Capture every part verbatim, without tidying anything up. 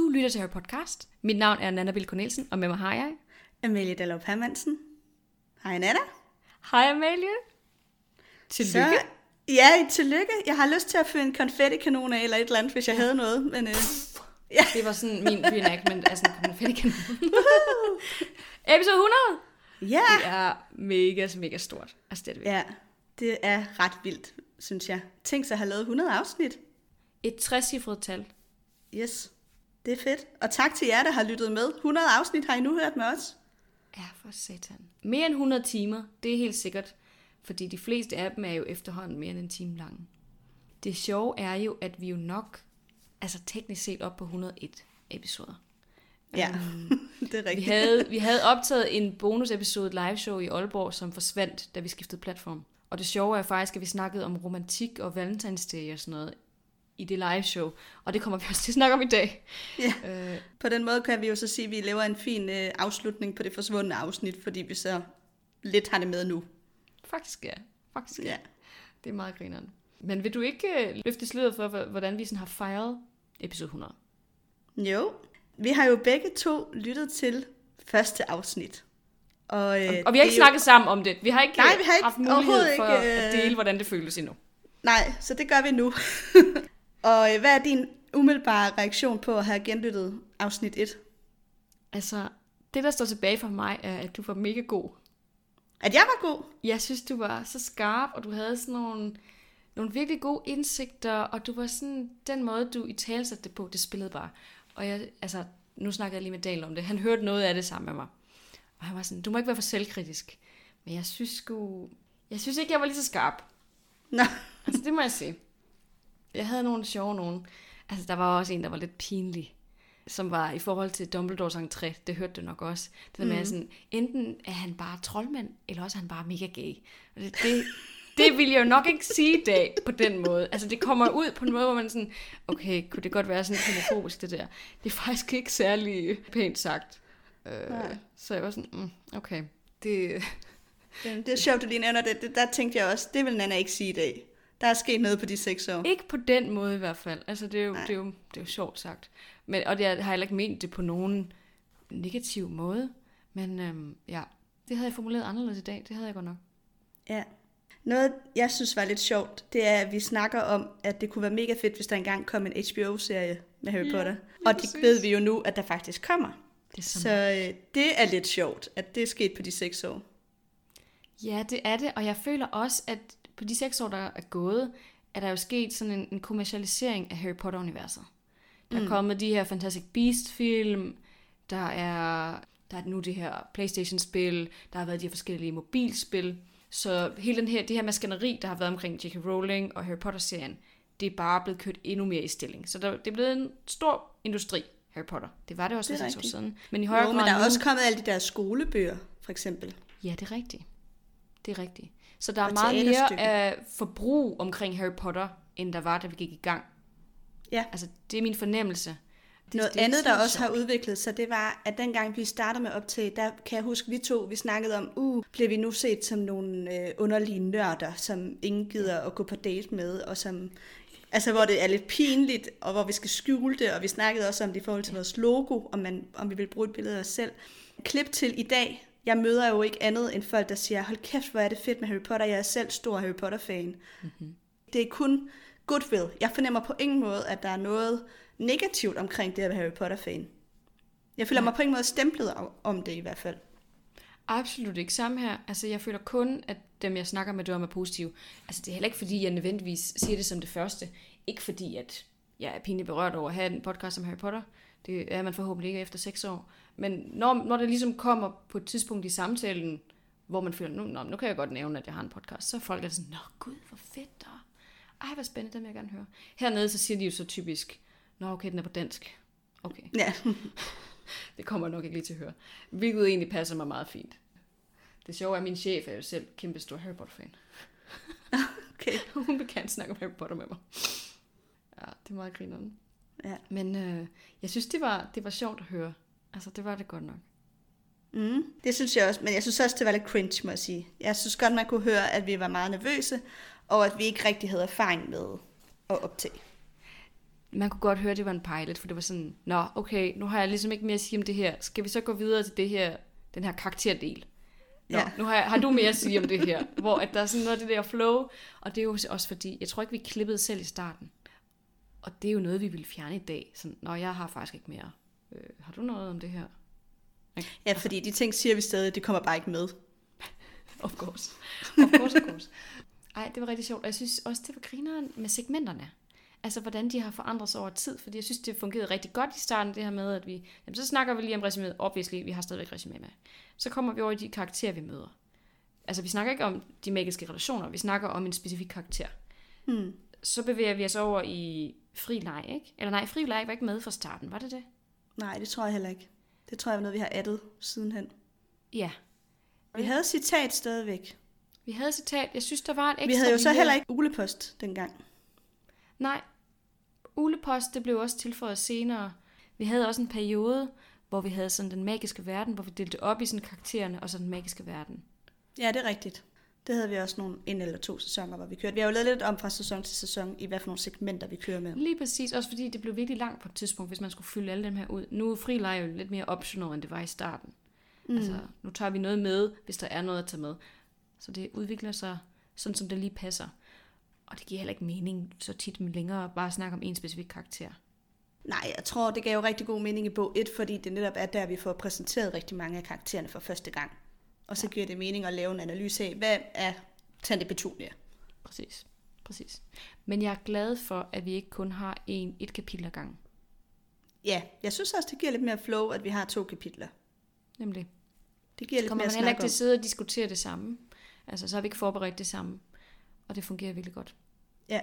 Du lytter til Harry Podcast. Mit navn er Nanna Bill Cornelsen, og med mig har jeg... Amalie Dallov Hermansen. Hej Nanna. Hej Amalie. Tillykke. Så, ja, tillykke. Jeg har lyst til at fyre en konfettikanon af, eller et eller andet, hvis jeg havde noget. Men, øh, ja. Det var sådan min reenactment af sådan en konfettikanon. Episode hundrede. Ja. Det er mega, mega stort. Altså, det er det ja, det er ret vildt, synes jeg. Tænk sig at have lavet hundrede afsnit. Et trecifret tal. Yes, det er fedt. Og tak til jer, der har lyttet med. hundrede afsnit har I nu hørt med os. Ja, for satan. Mere end hundrede timer, det er helt sikkert. Fordi de fleste af dem er jo efterhånden mere end en time lange. Det sjove er jo, at vi jo nok, altså teknisk set op på hundrede og en episoder. Ja, um, det er rigtigt. Vi havde, vi havde optaget en bonusepisode liveshow i Aalborg, som forsvandt, da vi skiftede platform. Og det sjove er faktisk, at vi snakkede om romantik og Valentinsdag og sådan noget i det liveshow. Og det kommer vi også til at snakke om i dag. Ja, øh. På den måde kan vi jo så sige, at vi laver en fin øh, afslutning på det forsvundne afsnit, fordi vi så lidt har det med nu. Faktisk ja. Faktisk ja. ja. Det er meget grineren. Men vil du ikke øh, løfte sløret for, hvordan vi sådan har fejret episode hundrede? Jo. Vi har jo begge to lyttet til første afsnit. Og, øh, og, og vi har ikke snakket jo... sammen om det. Vi har ikke, Nej, vi har ikke haft mulighed for ikke, øh... at dele, hvordan det føles endnu. Nej, så det gør vi nu. Og øh, hvad er din umiddelbare reaktion på at have genlyttet afsnit et? Altså, det der står tilbage for mig, er, at du var mega god. At jeg var god? Jeg synes, du var så skarp, og du havde sådan nogle, nogle virkelig gode indsigter, og du var sådan, den måde, du i talesatte det på, det spillede bare. Og jeg, altså, nu snakkede jeg lige med Daniel om det. Han hørte noget af det sammen med mig. Og han var sådan, du må ikke være for selvkritisk. Men jeg synes sgu, jeg synes ikke, jeg var lige så skarp. Nå. Altså, det må jeg sige. Jeg havde nogle sjove nogen. Altså, der var også en, der var lidt pinlig. Som var i forhold til Dumbledores entré. Det hørte du nok også. Det der med, mm. sådan, enten er han bare troldmand, eller også er han bare mega gay. Og det, det, det vil jeg jo nok ikke sige i dag på den måde. Altså, det kommer ud på en måde, hvor man sådan, okay, kunne det godt være sådan homofobisk, det der. Det er faktisk ikke særlig pænt sagt. Øh, så jeg var sådan, mm, okay. Det... det er sjovt, du lige nævner det. det. Der tænkte jeg også, det vil Nanna ikke sige i dag. Der er sket noget på de seks år. Ikke på den måde i hvert fald. Altså, det er jo, det er jo, det er jo sjovt sagt. Men, og det har jeg heller ikke ment det på nogen negativ måde. Men øhm, ja, det havde jeg formuleret anderledes i dag. Det havde jeg godt nok. Ja. Noget, jeg synes var lidt sjovt, det er, at vi snakker om, at det kunne være mega fedt, hvis der engang kom en H B O-serie med Harry Potter. Ja, og det præcis. Ved vi jo nu, at der faktisk kommer. Det så så øh, det er lidt sjovt, at det er sket på de seks år. Ja, det er det. Og jeg føler også, at på de seks år, der er gået, er der jo sket sådan en, en kommercialisering af Harry Potter-universet. Der er mm. kommet de her Fantastic Beasts-film, der er, der er nu det her PlayStation-spil, der har været de her forskellige mobilspil. Så hele den her, det her maskineri, der har været omkring J K Rowling og Harry Potter-serien, det er bare blevet kørt endnu mere i stilling. Så der, det er blevet en stor industri, Harry Potter. Det var det også for seks år siden. Men i højere jo, grad men der er nu... også kommet alle de der skolebøger, for eksempel. Ja, det er rigtigt. Det er rigtigt. Så der er meget mere af forbrug omkring Harry Potter, end der var, da vi gik i gang. Ja. Altså, det er min fornemmelse. Det, Noget det andet, der også har udviklet sig, det var, at dengang vi startede med optag, der kan jeg huske, vi to, vi snakkede om, uh, bliver vi nu set som nogle øh, underlige nørder, som ingen gider at gå på date med, og som, altså hvor det er lidt pinligt, og hvor vi skal skjule det, og vi snakkede også om det i forhold til vores logo, om, man, om vi vil bruge et billede af os selv. Klip til i dag. Jeg møder jo ikke andet end folk, der siger, hold kæft, hvor er det fedt med Harry Potter. Jeg er selv stor Harry Potter-fan. Mm-hmm. Det er kun goodwill. Jeg fornemmer på ingen måde, at der er noget negativt omkring det at være Harry Potter-fan. Jeg føler ja. mig på ingen måde stemplet om det i hvert fald. Absolut ikke samme her. Altså, jeg føler kun, at dem, jeg snakker med, dem er positive. Altså, det er heller ikke, fordi jeg nødvendigvis siger det som det første. Ikke fordi, at jeg er pinligt berørt over at have en podcast om Harry Potter. Det er man forhåbentlig ikke efter seks år. Men når, når det ligesom kommer på et tidspunkt i samtalen, hvor man føler, nu, nu kan jeg godt nævne, at jeg har en podcast, så er folk er sådan, nå gud, hvor fedt, og ej, hvor spændende, dem vil jeg gerne høre. Hernede, så siger de jo så typisk, nå okay, den er på dansk. Okay. Ja. Det kommer jeg nok ikke lige til at høre. Hvilket egentlig passer mig meget fint. Det sjove er, at min chef er jo selv kæmpe stor Harry Potter-fan. Okay. Hun vil gerne snakke om Harry Potter med mig. Ja, det er meget grinerende. Ja. Men øh, jeg synes, det var, det var sjovt at høre. Altså, det var det godt nok. Mm, det synes jeg også, men jeg synes også, det var lidt cringe, må jeg sige. Jeg synes godt, man kunne høre, at vi var meget nervøse, og at vi ikke rigtig havde erfaring med at optage. man kunne godt høre, at det var en pilot, for det var sådan, nå, okay, nu har jeg ligesom ikke mere at sige om det her. Skal vi så gå videre til det her, den her karakterdel? Nå, ja. Nu har, jeg, har du mere at sige om det her? Hvor at der er sådan noget af det der flow, og det er jo også fordi, jeg tror ikke, vi klippede selv i starten. Og det er jo noget, vi ville fjerne i dag. Sådan, nå, jeg har faktisk ikke mere. Øh, har du noget om det her? Okay. Ja, fordi de ting siger vi stadig, det kommer bare ikke med. Of course. Of course, of course. Ej, det var rigtig sjovt. Og jeg synes også, det var grineren med segmenterne. Altså, hvordan de har forandret sig over tid. Fordi jeg synes, det fungerede rigtig godt i starten, det her med, at vi... Jamen, så snakker vi lige om resuméet. Obviously, vi har stadigvæk resumé med. Så kommer vi over i de karakterer, vi møder. Altså, vi snakker ikke om de magiske relationer. Vi snakker om en specifik karakter. Hmm. Så bevæger vi os over i fri leg, ikke? Eller nej, fri leg var ikke med fra starten. Var det det? Nej, det tror jeg heller ikke. Det tror jeg er noget, vi har addet sidenhen. Ja. Vi havde citat stadigvæk. Vi havde citat. Jeg synes, der var en ekstra... Vi havde jo så linje. heller ikke ulepost dengang. Nej. Ulepost, det blev også tilføjet senere. Vi havde også en periode, hvor vi havde sådan den magiske verden, hvor vi delte op i sådan karaktererne og så den magiske verden. Ja, det er rigtigt. Det havde vi også nogle en eller to sæsoner, hvor vi kørte. Vi har jo lavet lidt om fra sæson til sæson, i hvad for nogle segmenter vi kører med. Lige præcis, også fordi det blev virkelig langt på et tidspunkt, hvis man skulle fylde alle dem her ud. Nu er fri leg jo lidt mere optional, end det var i starten. Mm. Altså, nu tager vi noget med, hvis der er noget at tage med. Så det udvikler sig sådan, som det lige passer. Og det giver heller ikke mening så tit med længere bare at snakke om en specifik karakter. Nej, jeg tror, det gav jo rigtig god mening i bog et, fordi det netop er der, vi får præsenteret rigtig mange af karaktererne for første gang. Og så giver det mening at lave en analyse af, hvad er Tante Petunia? Præcis, præcis. Men jeg er glad for, at vi ikke kun har en, et kapitel ad gangen. Ja, jeg synes også, det giver lidt mere flow, at vi har to kapitler. Nemlig. Det giver så lidt kommer mere man heller ikke til om. at sidde og diskutere det samme. Altså, så har vi ikke forberedt det samme. Og det fungerer virkelig godt. Ja,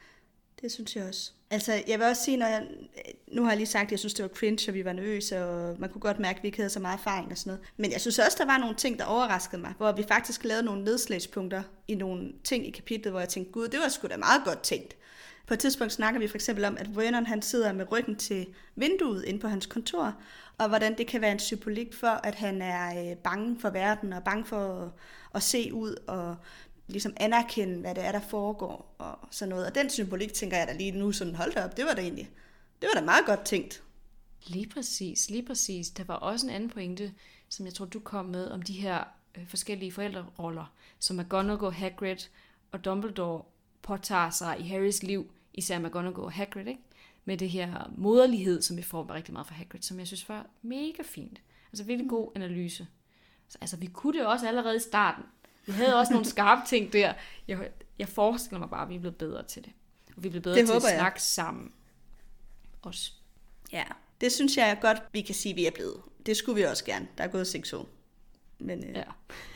det synes jeg også. Altså, jeg vil også sige, når jeg, nu har jeg lige sagt, at jeg synes, det var cringe, og vi var nervøse, og man kunne godt mærke, at vi ikke havde så meget erfaring og sådan noget. Men jeg synes også, der var nogle ting, der overraskede mig, hvor vi faktisk lavede nogle nedslagspunkter i nogle ting i kapitlet, hvor jeg tænkte, gud, det var sgu da meget godt tænkt. På et tidspunkt snakker vi for eksempel om, at Vernon han sidder med ryggen til vinduet inde på hans kontor, og hvordan det kan være en symbolik for, at han er bange for verden, og bange for at, at se ud, og ligesom anerkende, hvad det er, der foregår, og sådan noget. Og den symbolik, tænker jeg da lige nu, sådan hold da op, det var da egentlig, det var da meget godt tænkt. Lige præcis, lige præcis. Der var også en anden pointe, som jeg tror, du kom med, om de her øh, forskellige forældreroller, som McGonagall, Hagrid og Dumbledore påtager sig i Harrys liv, især McGonagall og Hagrid, ikke? Med det her moderlighed, som vi får rigtig meget fra Hagrid, som jeg synes var mega fint. Altså virkelig god analyse. Så, altså, vi kunne det også allerede i starten. Vi havde også nogle skarpe ting der. Jeg, jeg forestiller mig bare, at vi er blevet bedre til det. Og vi er blevet bedre det til at jeg. snakke sammen. Også. Ja, det synes jeg godt, vi kan sige, at vi er blevet. Det skulle vi også gerne. Der er gået seks år. Men, øh, ja,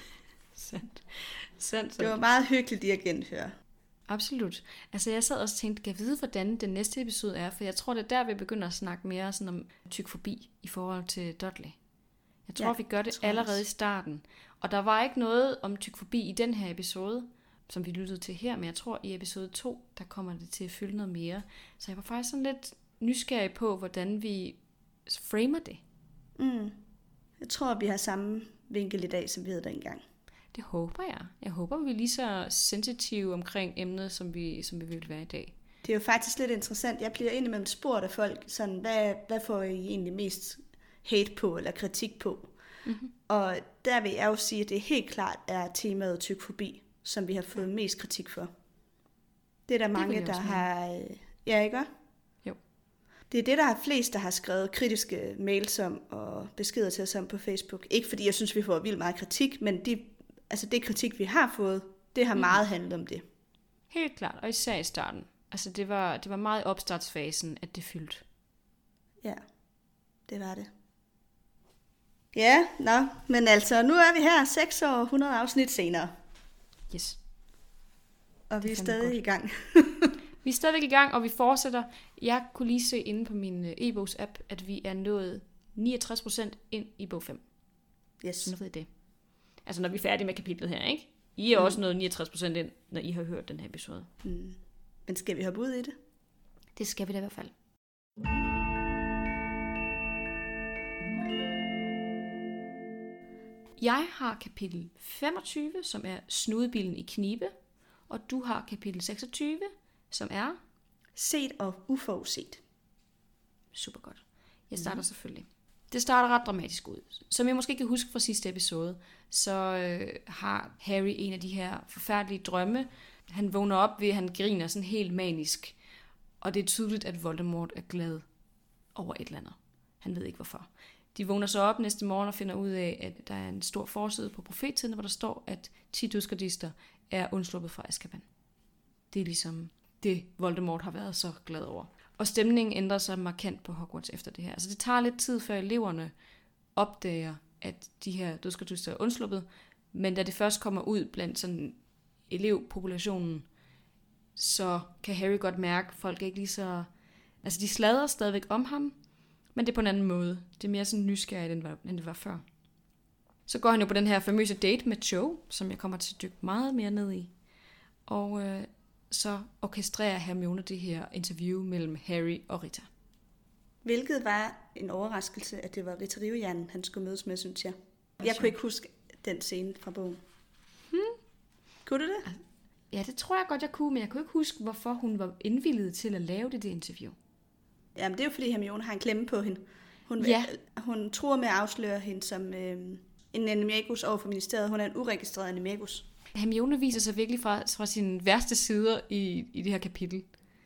sandt. sandt. Det var meget hyggeligt lige at genhøre. Absolut. Altså jeg sad også og tænkte, kan jeg vide, hvordan den næste episode er? For jeg tror, det er der, vi begynder at snakke mere sådan om tykfobi i forhold til Dudley. Jeg tror, ja, vi gør det allerede i starten. Og der var ikke noget om tykfobi i den her episode, som vi lyttede til her, men jeg tror, i episode to, der kommer det til at fylde noget mere. Så jeg var faktisk sådan lidt nysgerrig på, hvordan vi framer det. Mm. Jeg tror, vi har samme vinkel i dag, som vi havde dengang. Det håber jeg. Jeg håber, vi er lige så sensitive omkring emnet, som vi, som vi vil være i dag. Det er jo faktisk lidt interessant. Jeg bliver indimellem spurgt af folk, sådan, hvad, hvad får I egentlig mest hate på, eller kritik på? Mm-hmm. Og der vil jeg jo sige, at det helt klart er temaet tykfobi, som vi har fået mest kritik for. Det er der mange, der har... Ja, ikke? Jo. Det er det, der har flest, der har skrevet kritiske mails om, og beskeder til os om på Facebook. Ikke fordi jeg synes, vi får vildt meget kritik, men de, altså det kritik, vi har fået, det har mm. meget handlet om det. Helt klart, og især i starten. Altså det var, det var meget i opstartsfasen, at det fyldte. Ja, det var det. Ja, nå, men altså, nu er vi her seks år, hundrede afsnit senere. Yes. Og vi er stadig i gang. Vi er stadig i gang, og vi fortsætter. Jeg kunne lige se inde på min e-bogs-app, at vi er nået niogtres procent ind i bog fem. Yes. Så nu ved I det. Altså, når vi er færdige med kapitlet her, ikke? I er mm. også nået niogtres procent ind, når I har hørt den her episode. Mm. Men skal vi hoppe ud i det? Det skal vi da i hvert fald. Jeg har kapitel femogtyve, som er Snudebilen i knibe, og du har kapitel seksogtyve, som er set og uforudset. Super godt. Jeg starter mm. selvfølgelig. Det starter ret dramatisk ud. Som jeg måske kan huske fra sidste episode, så øh, har Harry en af de her forfærdelige drømme. Han vågner op ved, at han griner sådan helt manisk. Og det er tydeligt, at Voldemort er glad over et eller andet. Han ved ikke hvorfor. De vågner så op næste morgen og finder ud af, at der er en stor forside på profettiden, hvor der står, at ti dødsgardister er undsluppet fra Azkaban. Det er ligesom det, Voldemort har været så glad over. Og stemningen ændrer sig markant på Hogwarts efter det her. Altså det tager lidt tid, før eleverne opdager, at de her dødsgardister er undsluppet. Men da det først kommer ud blandt sådan elevpopulationen, så kan Harry godt mærke, at folk er ikke lige så... Altså de sladrer stadigvæk om ham, men det er på en anden måde. Det er mere sådan nysgerrigt, end, end det var før. Så går han jo på den her famøse date med Cho, som jeg kommer til at dykke meget mere ned i. Og øh, så orkestrerer Hermione det her interview mellem Harry og Rita. Hvilket var en overraskelse, at det var Rita Rivejern, han skulle mødes med, synes jeg. Jeg kunne ikke huske den scene fra bogen. Hmm. Kunne du det? Ja, det tror jeg godt, jeg kunne, men jeg kunne ikke huske, hvorfor hun var indvilliget til at lave det, det interview. Jamen, det er jo fordi Hermione har en klemme på hende. Hun, ja. hun tror med at afsløre hende som øh, en animagus over for ministeriet. Hun er en uregistreret animagus. Hermione viser sig virkelig fra, fra sine værste sider i, i det her kapitel.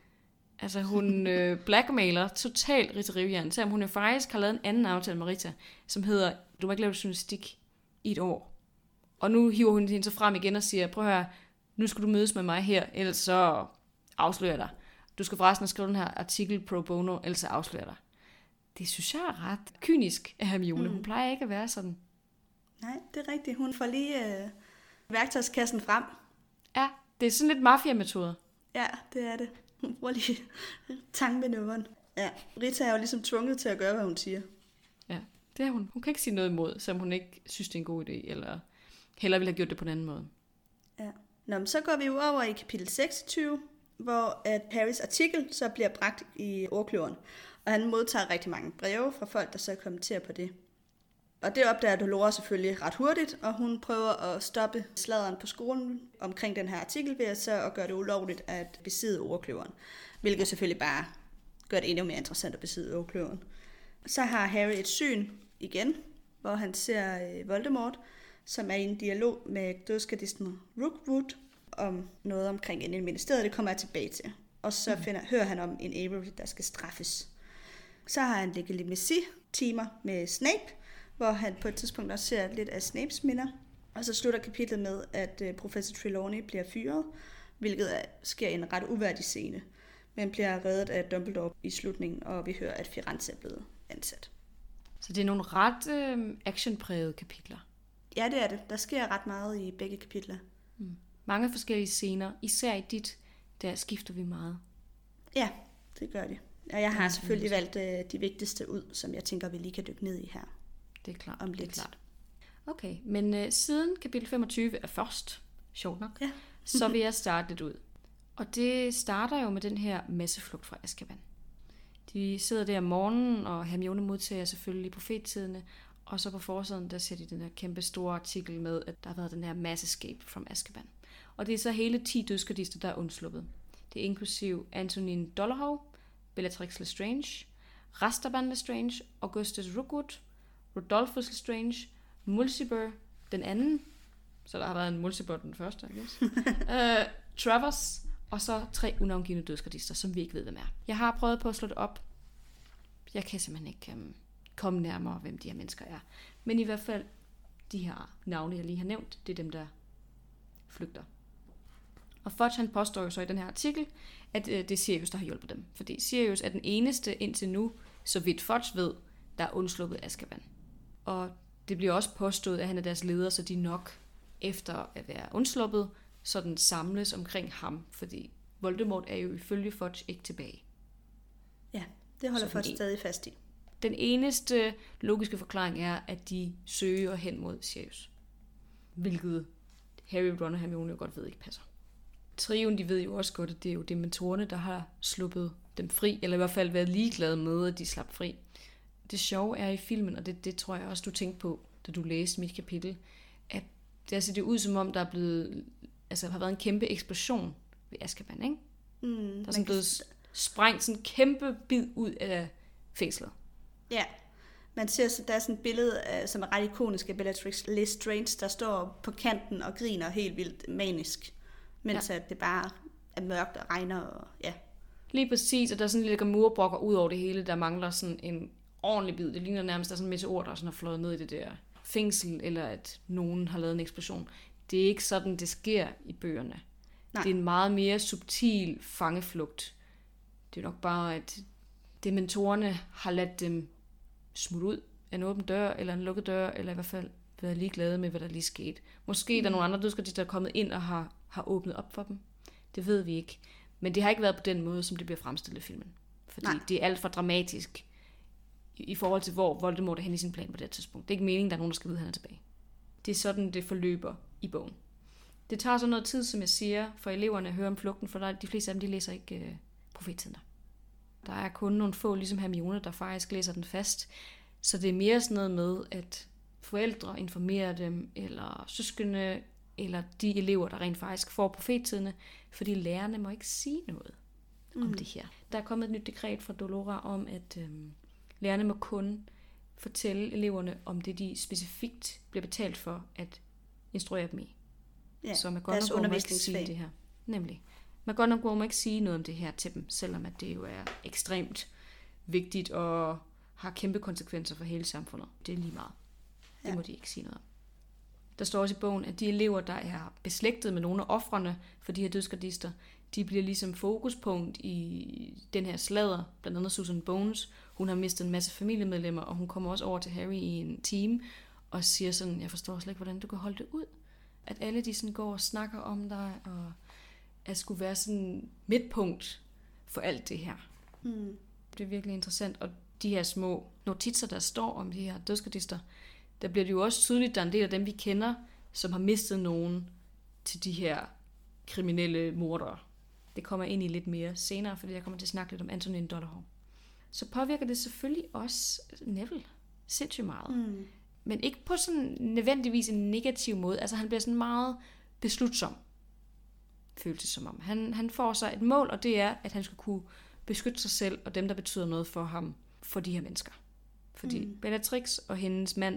Altså, hun øh, blackmailer totalt Rita Rivejern, selvom hun jo faktisk har lavet en anden aftale med Rita, som hedder, du må ikke lave journalistik i et år. Og nu hiver hun hende så frem igen og siger, prøv at høre, nu skal du mødes med mig her, ellers så afslører jeg dig. Du skal forresten skrive den her artikel pro bono, ellers så afslører jeg dig. Det synes jeg er ret kynisk af Hermione. Mm. Hun plejer ikke at være sådan. Nej, det er rigtigt. Hun får lige øh, værktøjskassen frem. Ja, det er sådan lidt mafia-metode. Ja, det er det. Hun bruger lige tangmanøvren. Ja, Rita er jo ligesom tvunget til at gøre, hvad hun siger. Ja, det er hun. Hun kan ikke sige noget imod, selvom hun ikke synes, det er en god idé, eller hellere ville have gjort det på en anden måde. Ja. Nå, men så går vi jo over i kapitel seksogtyve, hvor at Harrys artikel så bliver bragt i ordkløveren. Og han modtager rigtig mange breve fra folk, der så kommenterer på det. Og det opdager Dolores selvfølgelig ret hurtigt, og hun prøver at stoppe sladderen på skolen omkring den her artikel ved at så at gøre det ulovligt at besidde ordkløveren. Hvilket selvfølgelig bare gør det endnu mere interessant at besidde ordkløveren. Så har Harry et syn igen, hvor han ser Voldemort, som er i en dialog med dødsgardisten Rookwood om noget omkring en ministeriet. Det kommer jeg tilbage til. Og så finder, hører han om en Avery, der skal straffes. Så har han legacy-timer med Snape, hvor han på et tidspunkt også ser lidt af Snapes minder. Og så slutter kapitlet med, at professor Trelawney bliver fyret, hvilket sker i en ret uværdig scene, men bliver reddet af Dumbledore i slutningen, og vi hører, at Firenze er blevet ansat. Så det er nogle ret øh, actionprægede kapitler. Ja, det er det. Der sker ret meget i begge kapitler. Mm. Mange forskellige scener, især i dit, der skifter vi meget. Ja, det gør det. Og jeg har selvfølgelig valgt øh, de vigtigste ud, som jeg tænker, vi lige kan dykke ned i her. Det er klart. Om lidt. Det er klart. Okay, men øh, siden kapitel femogtyve er først, sjovt nok, ja. så vil jeg starte lidt ud. Og det starter jo med den her masseflugt fra Azkaban. De sidder der om morgenen, og Hermione modtager selvfølgelig profettidene, og så på forsiden, der ser de den her kæmpe store artikel med, at der har været den her mass escape from Azkaban. Og det er så hele ti dødsgardister, der er undsluppet. Det er inklusiv Antonin Dolohov, Bellatrix Lestrange, Rastaban Lestrange, Augustus Rookwood, Rodolphus Lestrange, Mulciber den anden, så der har været en Mulciber den første, I guess. uh, Travers, og så tre unavngivne dødsgardister, som vi ikke ved, hvem er. Jeg har prøvet på at slå det op. Jeg kan simpelthen ikke um, komme nærmere, hvem de her mennesker er. Men i hvert fald, de her navne, jeg lige har nævnt, det er dem, der flygter. Og Fudge, han påstår jo så i den her artikel, at øh, det er Sirius, der har hjulpet dem. Fordi Sirius er den eneste indtil nu, så vidt Fudge ved, der er undsluppet Azkaban. Og det bliver også påstået, at han er deres leder, så de nok efter at være undsluppet, sådan samles omkring ham. Fordi Voldemort er jo ifølge Fudge ikke tilbage. Ja, det holder Fudge stadig fast i. Den eneste logiske forklaring er, at de søger hen mod Sirius. Hvilket Harry, Ron og Hermione jo godt ved ikke passer. Trioen, de ved jo også godt, at det er jo dementorerne, der har sluppet dem fri, eller i hvert fald været ligeglade med, at de slap fri. Det sjove er i filmen, og det, det tror jeg også, du tænkte på, da du læste mit kapitel, at det ser det ud som om, der er blevet, altså har været en kæmpe eksplosion ved Azkaban, ikke? Mm, der er sådan blevet sprængt sådan en kæmpe bid ud af fængslet. Ja, man ser, så der er sådan et billede, som er ret ikonisk af Bellatrix Lestrange, der står på kanten og griner helt vildt manisk, mens ja. at det bare er mørkt og regner. Og, ja. Lige præcis, og der er sådan lidt murbrokker ud over det hele, der mangler sådan en ordentlig bid. Det ligner nærmest, der er sådan en meteor, der sådan har flået ned i det der fængsel, eller at nogen har lavet en eksplosion. Det er ikke sådan, det sker i bøgerne. Nej. Det er en meget mere subtil fangeflugt. Det er nok bare, at dementorerne har ladt dem smutte ud af en åben dør, eller en lukket dør, eller i hvert fald været ligeglade med, hvad der lige skete. Måske mm. er der nogle andre dødsgardister, der er kommet ind og har, har åbnet op for dem. Det ved vi ikke. Men det har ikke været på den måde, som det bliver fremstillet i filmen. Fordi Nej. det er alt for dramatisk i, i forhold til, hvor Voldemort er hen i sin plan på det tidspunkt. Det er ikke meningen, der er nogen, der skal vide, at han er tilbage. Det er sådan, det forløber i bogen. Det tager så noget tid, som jeg siger, for eleverne at høre om flugten, for der, de fleste af dem, de læser ikke øh, profetiderne. Der er kun nogle få, ligesom Hermione, der faktisk læser den fast. Så det er mere sådan noget med, at forældre informerer dem, eller søskende, eller de elever, der rent faktisk får profettiderne, fordi lærerne må ikke sige noget mm. om det her. Der er kommet et nyt dekret fra Dolora om, at øhm, lærerne må kun fortælle eleverne om det, de specifikt bliver betalt for at instruere dem i. Ja, så McGonagall må ikke sige det her. Nemlig. McGonagall må ikke sige noget om det her til dem, selvom at det jo er ekstremt vigtigt og har kæmpe konsekvenser for hele samfundet. Det er lige meget. Det ja. må de ikke sige noget om. Der står også i bogen, at de elever, der er beslægtet med nogle af ofrene for de her dødsgardister, de bliver ligesom fokuspunkt i den her sladder. Blandt andet Susan Bones. Hun har mistet en masse familiemedlemmer, og hun kommer også over til Harry i en team og siger sådan, jeg forstår slet ikke, hvordan du kan holde det ud. At alle de sådan går og snakker om dig, og at skulle være sådan midtpunkt for alt det her. Mm. Det er virkelig interessant. Og de her små notitser, der står om de her dødsgardister, der bliver det jo også tydeligt, at der er en del af dem, vi kender, som har mistet nogen til de her kriminelle mordere. Det kommer ind i lidt mere senere, fordi jeg kommer til at snakke lidt om Antonin Dolohov. Så påvirker det selvfølgelig også Neville sindssygt meget. Mm. Men ikke på sådan nødvendigvis en negativ måde. Altså han bliver sådan meget beslutsom, føles det som om. Han, han får sig et mål, og det er, at han skal kunne beskytte sig selv og dem, der betyder noget for ham, for de her mennesker. Fordi mm. Bellatrix og hendes mand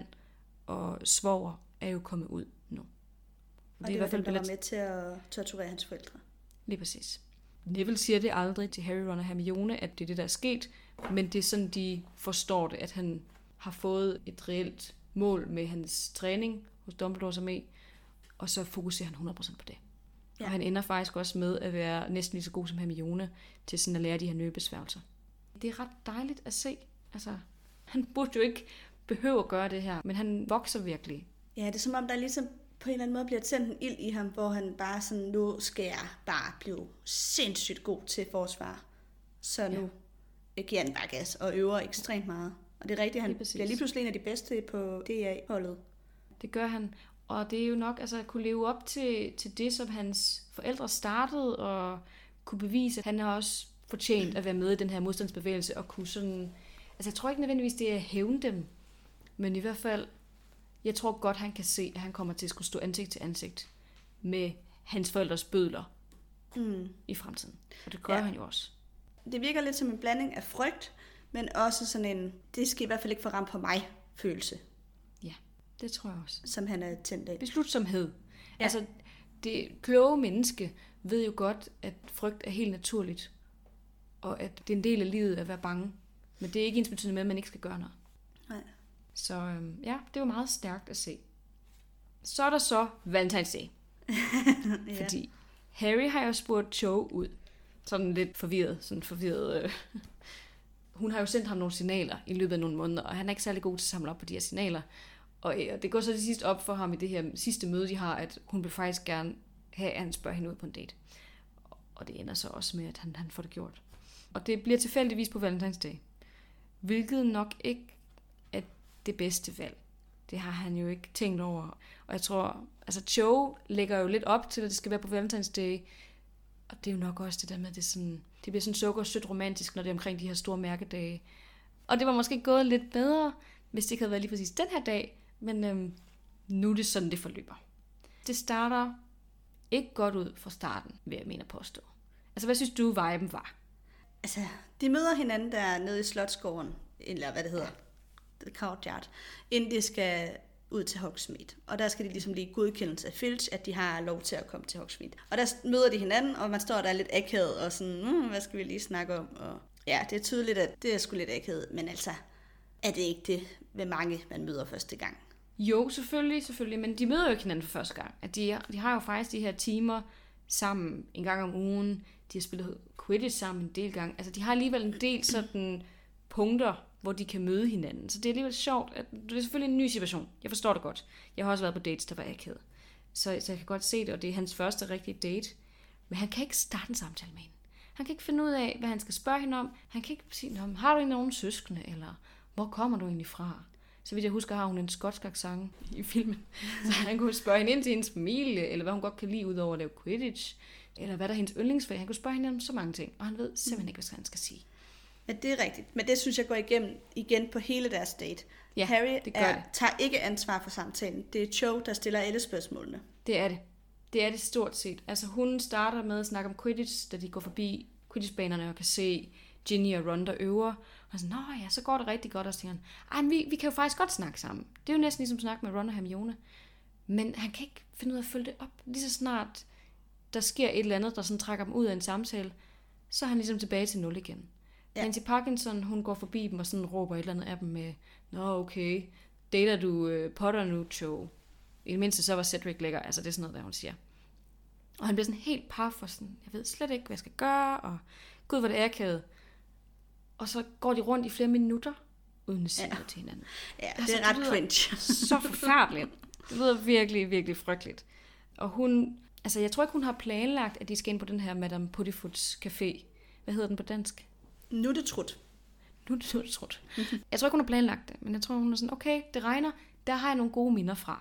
og svoger er jo kommet ud nu. Og det, det er i hvert fald dem, der var med til at torturere hans forældre. Lige præcis. Neville siger det aldrig til Harry, Ron og Hermione, at det er det, der er sket, men det er sådan, de forstår det, at han har fået et reelt mål med hans træning hos Dumbledores armé, og så fokuserer han hundrede procent på det. Ja. Og han ender faktisk også med at være næsten lige så god som Hermione til sådan at lære de her nye besværgelser. Det er ret dejligt at se. Altså, han burde jo ikke behøve at gøre det her, men han vokser virkelig. Ja, det er som om, der ligesom på en eller anden måde bliver tændt en ild i ham, hvor han bare sådan, nu skal jeg bare blive sindssygt god til forsvar. Så nu ja. giver han bare gas og øver ekstremt meget. Og det er rigtigt, han lige bliver lige pludselig en af de bedste på D A-holdet. Det gør han. Og det er jo nok altså, at kunne leve op til, til det, som hans forældre startede, og kunne bevise, at han har også fortjent at være med i den her modstandsbevægelse, og kunne sådan... Altså, jeg tror ikke nødvendigvis, det er at hævne dem, men i hvert fald, jeg tror godt, han kan se, at han kommer til at skulle stå ansigt til ansigt med hans forældres bødler mm. i fremtiden. Og det gør ja. han jo også. Det virker lidt som en blanding af frygt, men også sådan en, det skal i hvert fald ikke få ramt på mig, følelse. Ja, det tror jeg også. Som han er tændt af. Beslutsomhed. Ja. Altså, det kloge menneske ved jo godt, at frygt er helt naturligt, og at det er en del af livet at være bange. Men det er ikke ensbetydende med, at man ikke skal gøre noget. Nej. Så øhm, ja, det var meget stærkt at se. Så er der så Valentine's Day. ja. Fordi Harry har jo spurgt Cho ud. Sådan lidt forvirret. Sådan forvirret øh. Hun har jo sendt ham nogle signaler i løbet af nogle måneder, og han er ikke særlig god til at samle op på de her signaler. Og øh, det går så til sidst op for ham i det her sidste møde, de har, at hun vil faktisk gerne have, at han spørger hende ud på en date. Og det ender så også med, at han, han får det gjort. Og det bliver tilfældigvis på Valentine's Day. Hvilket nok ikke er det bedste valg. Det har han jo ikke tænkt over. Og jeg tror, altså Cho lægger jo lidt op til, at det skal være på Valentine's Day. Og det er jo nok også det der med, at det, sådan, det bliver sådan sukker og sødt romantisk, når det er omkring de her store mærkedage. Og det var måske gået lidt bedre, hvis det ikke havde været lige præcis den her dag. Men øhm, nu er det sådan, det forløber. Det starter ikke godt ud fra starten, vil jeg mene at påstå. Altså, hvad synes du, viben var? Altså, de møder hinanden der nede i Slotsgården, eller hvad det hedder, The Courtyard, inden de skal ud til Hogsmeade. Og der skal de ligesom lige godkendelse af Filch, at de har lov til at komme til Hogsmeade. Og der møder de hinanden, og man står der lidt akavet, og sådan, mm, hvad skal vi lige snakke om? Og ja, det er tydeligt, at det er sgu lidt akavet, men altså, er det ikke det ved mange, man møder første gang? Jo, selvfølgelig, selvfølgelig, men de møder jo ikke hinanden for første gang. At de, de har jo faktisk de her timer sammen en gang om ugen. De har spillet Quidditch sammen en del gange. Altså, de har alligevel en del sådan punkter, hvor de kan møde hinanden. Så det er alligevel sjovt. At det er selvfølgelig en ny situation. Jeg forstår det godt. Jeg har også været på dates, der var akavet. Så, så jeg kan godt se det, og det er hans første rigtige date. Men han kan ikke starte en samtale med hende. Han kan ikke finde ud af, hvad han skal spørge hende om. Han kan ikke sige, har du ikke nogen søskende, eller hvor kommer du egentlig fra? Så vidt jeg husker, har hun en skotsk accent i filmen. Så han kunne spørge hende ind til hendes familie, eller hvad hun godt kan lide ud over at lave Quidditch, eller hvad der er hendes yndlingsfag. Han kunne spørge hende om så mange ting, og han ved simpelthen ikke, hvad han skal sige. Ja, det er rigtigt. Men det synes jeg går igennem igen på hele deres date. Ja, Harry det gør er, det. tager ikke ansvar for samtalen. Det er Cho, der stiller alle spørgsmålene. Det er det. Det er det stort set. Altså hun starter med at snakke om Quidditch, da de går forbi Quidditch-banerne og kan se Ginny og Ron, der øver. Og så, nå ja, så går det rigtig godt. Og så tænker han, ej, men vi, vi kan jo faktisk godt snakke sammen. Det er jo næsten ligesom at snakke med Ron og Hermione. Men han kan ikke finde ud af at følge det op. Lige så snart der sker et eller andet, der sådan trækker dem ud af en samtale, så er han ligesom tilbage til nul igen. Ja. Nancy Parkinson, hun går forbi dem og sådan råber et eller andet af dem med, nå okay, dater du uh, Potter nu, Cho? I det mindste så var Cedric lækker, altså det er sådan noget, der hun siger. Og han bliver sådan helt paf og sådan, jeg ved slet ikke, hvad jeg skal gøre, og gud, hvor det er akavet. Og så går de rundt i flere minutter, uden at sige ja. noget til hinanden. Ja, det altså, er ret cringe. Så forfærdeligt. Det lyder virkelig, virkelig frygteligt. Og hun, altså jeg tror ikke, hun har planlagt, at de skal ind på den her Madame Puddifuts café. Hvad hedder den på dansk? Nuttetrut. Nuttetrut. Jeg tror ikke, hun har planlagt det, men jeg tror, hun er sådan, okay, det regner, der har jeg nogle gode minder fra.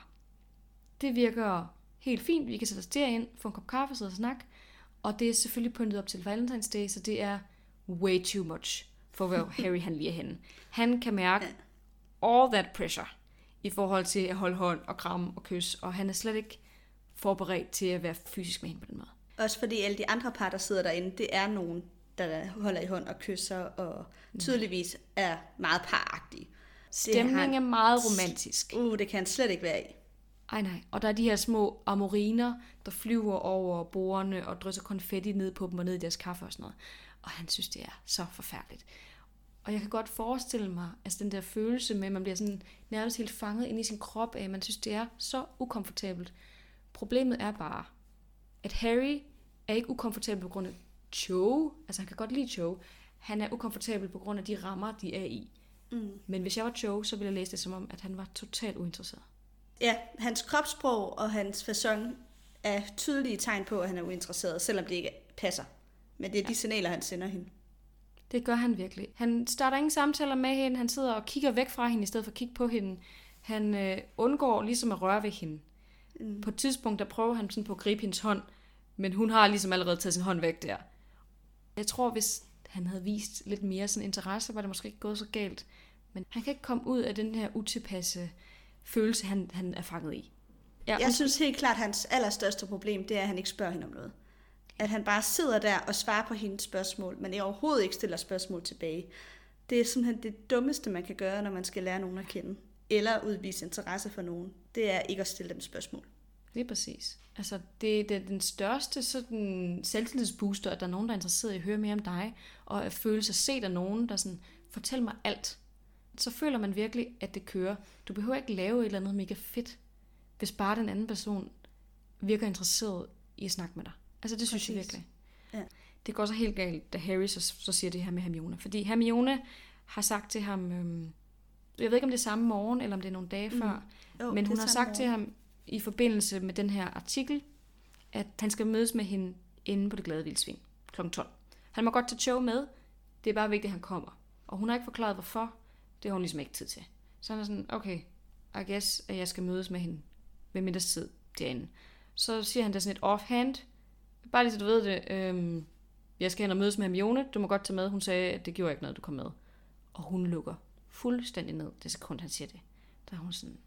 Det virker helt fint, vi kan sætte os derind, få en kop kaffe, sidde og snakke, og det er selvfølgelig pyntet op til Valentine's Day, så det er way too much for hvor Harry han lige er henne. Han kan mærke all that pressure i forhold til at holde hånd og kramme og kysse, og han er slet ikke forberedt til at være fysisk med hende på den måde. Også fordi alle de andre par, der sidder derinde, det er nogen, der holder i hånd og kysser, og tydeligvis er meget paragtige. Stemningen han, er meget romantisk. Uh, det kan han slet ikke være i. Ej nej, og der er de her små amoriner, der flyver over bordene og drysser konfetti ned på dem og ned i deres kaffe og sådan noget. Og han synes, det er så forfærdeligt. Og jeg kan godt forestille mig, altså den der følelse med, at man bliver sådan nærmest helt fanget ind i sin krop af, man synes, det er så ukomfortabelt. Problemet er bare, at Harry er ikke ukomfortabel på grund af Cho. Altså han kan godt lide Cho. Han er ukomfortabel på grund af de rammer, de er i. Mm. Men hvis jeg var Cho, så ville jeg læse det som om, at han var totalt uinteresseret. Ja, hans kropssprog og hans facon er tydelige tegn på, at han er uinteresseret, selvom det ikke passer. Men det er de ja. signaler, han sender hende. Det gør han virkelig. Han starter ingen samtaler med hende. Han sidder og kigger væk fra hende, i stedet for at kigge på hende. Han øh, undgår ligesom at røre ved hende. Mm. På et tidspunkt, der prøver han sådan på at gribe hendes hånd, men hun har ligesom allerede taget sin hånd væk der. Jeg tror, hvis han havde vist lidt mere sådan interesse, var det måske ikke gået så galt. Men han kan ikke komme ud af den her utilpasse følelse, han, han er fanget i. Ja, jeg synes helt klart, at hans allerstørste problem, det er, at han ikke spørger hende om noget. At han bare sidder der og svarer på hendes spørgsmål, men overhovedet ikke stiller spørgsmål tilbage. Det er simpelthen det dummeste, man kan gøre, når man skal lære nogen at kende. Eller udvise interesse for nogen. Det er ikke at stille dem spørgsmål. Det er præcis. Altså, det, det er den største sådan, selvtillidsbooster, at der er nogen, der er interesseret i at høre mere om dig, og at føle sig set af nogen, der sådan, fortæl mig alt. Så føler man virkelig, at det kører. Du behøver ikke lave et eller andet mega fedt, hvis bare den anden person virker interesseret i at snakke med dig. Altså, det synes præcis. jeg virkelig. Ja. Det går så helt galt, da Harry så, så siger det her med Hermione. Fordi Hermione har sagt til ham, øhm, jeg ved ikke, om det er samme morgen, eller om det er nogle dage mm. før, jo, men hun har sagt morgen. til ham, i forbindelse med den her artikel, at han skal mødes med hende inde på Det Glade Vildsvin klokken tolv. Han må godt tage Cho med, det er bare vigtigt, at han kommer. Og hun har ikke forklaret, hvorfor. Det har hun ligesom ikke tid til. Så han er sådan, okay, I guess, at jeg skal mødes med hende ved middagstid derinde. Så siger han der sådan et offhand, bare lige så du ved det, øhm, jeg skal hen og mødes med Hermione, du må godt tage med. Hun sagde, at det gjorde ikke noget, du kom med. Og hun lukker fuldstændig ned, det sekund, han siger det. Der er hun sådan,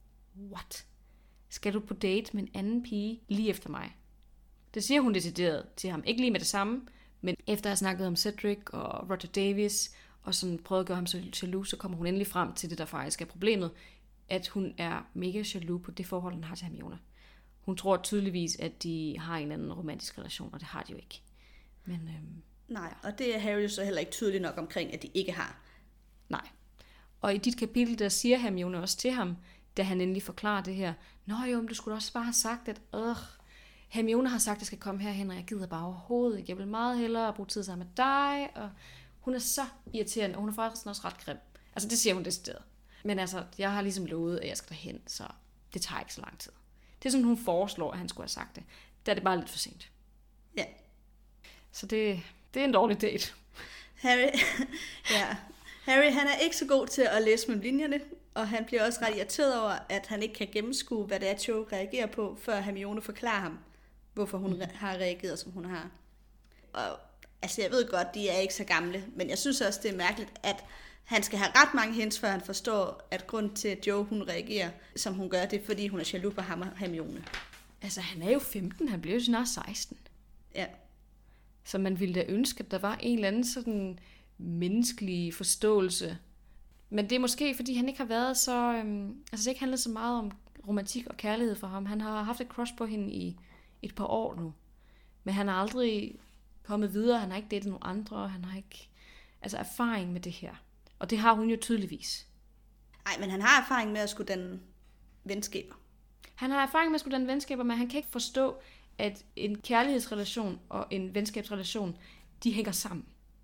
what? Skal du på date med en anden pige lige efter mig? Det siger hun decideret til ham. Ikke lige med det samme, Men efter at have snakket om Cedric og Roger Davis, og sådan prøvet at gøre ham så jaloux, så kommer hun endelig frem til det, der faktisk er problemet, at hun er mega jaloux på det forhold, han har til Hermione. Hun tror tydeligvis, at de har en anden romantisk relation, og det har de jo ikke. Men, øhm, Nej, og det er Harry jo så heller ikke tydeligt nok omkring, at de ikke har. Nej. Og i dit kapitel, der siger Hermione også til ham, da han endelig forklarer det her, nå jo, men du skulle også bare have sagt, at øh, Hermione har sagt, at jeg skal komme herhen, og jeg gider bare overhovedet ikke. Jeg vil meget hellere bruge tid sammen med dig, og hun er så irriterende, og hun er faktisk også ret grim. Altså, det siger hun det sted. Men altså, jeg har ligesom lovet, at jeg skal derhen, så det tager ikke så lang tid. Det er sådan, hun foreslår, at han skulle have sagt det. Der er det bare lidt for sent. Ja. Så det, det er en dårlig date. Harry, ja. Harry, han er ikke så god til at læse mellem linjerne, og han bliver også ret irriteret over, at han ikke kan gennemskue, hvad det er, Cho reagerer på, før Hermione forklarer ham, hvorfor hun re- har reageret, som hun har. Og altså, jeg ved godt, de er ikke så gamle, men jeg synes også, det er mærkeligt, at han skal have ret mange hints, før han forstår, at grund til, at Jo, hun reagerer, som hun gør, det er, fordi hun er jaloux på ham og Hermione. Altså, han er jo femten, han bliver jo snart seksten. Ja. Så man ville da ønske, at der var en eller anden sådan menneskelig forståelse. Men det er måske, fordi han ikke har været så... Øhm, altså, det ikke handlet så meget om romantik og kærlighed for ham. Han har haft et crush på hende i et par år nu. Men han har aldrig kommet videre. Han har ikke datet nogen andre. Han har ikke altså, erfaring med det her. Og det har hun jo tydeligvis. Nej, men han har erfaring med at skulle danne venskaber. Han har erfaring med at skulle danne venskaber, men han kan ikke forstå, at en kærlighedsrelation og en venskabsrelation, de hænger sammen.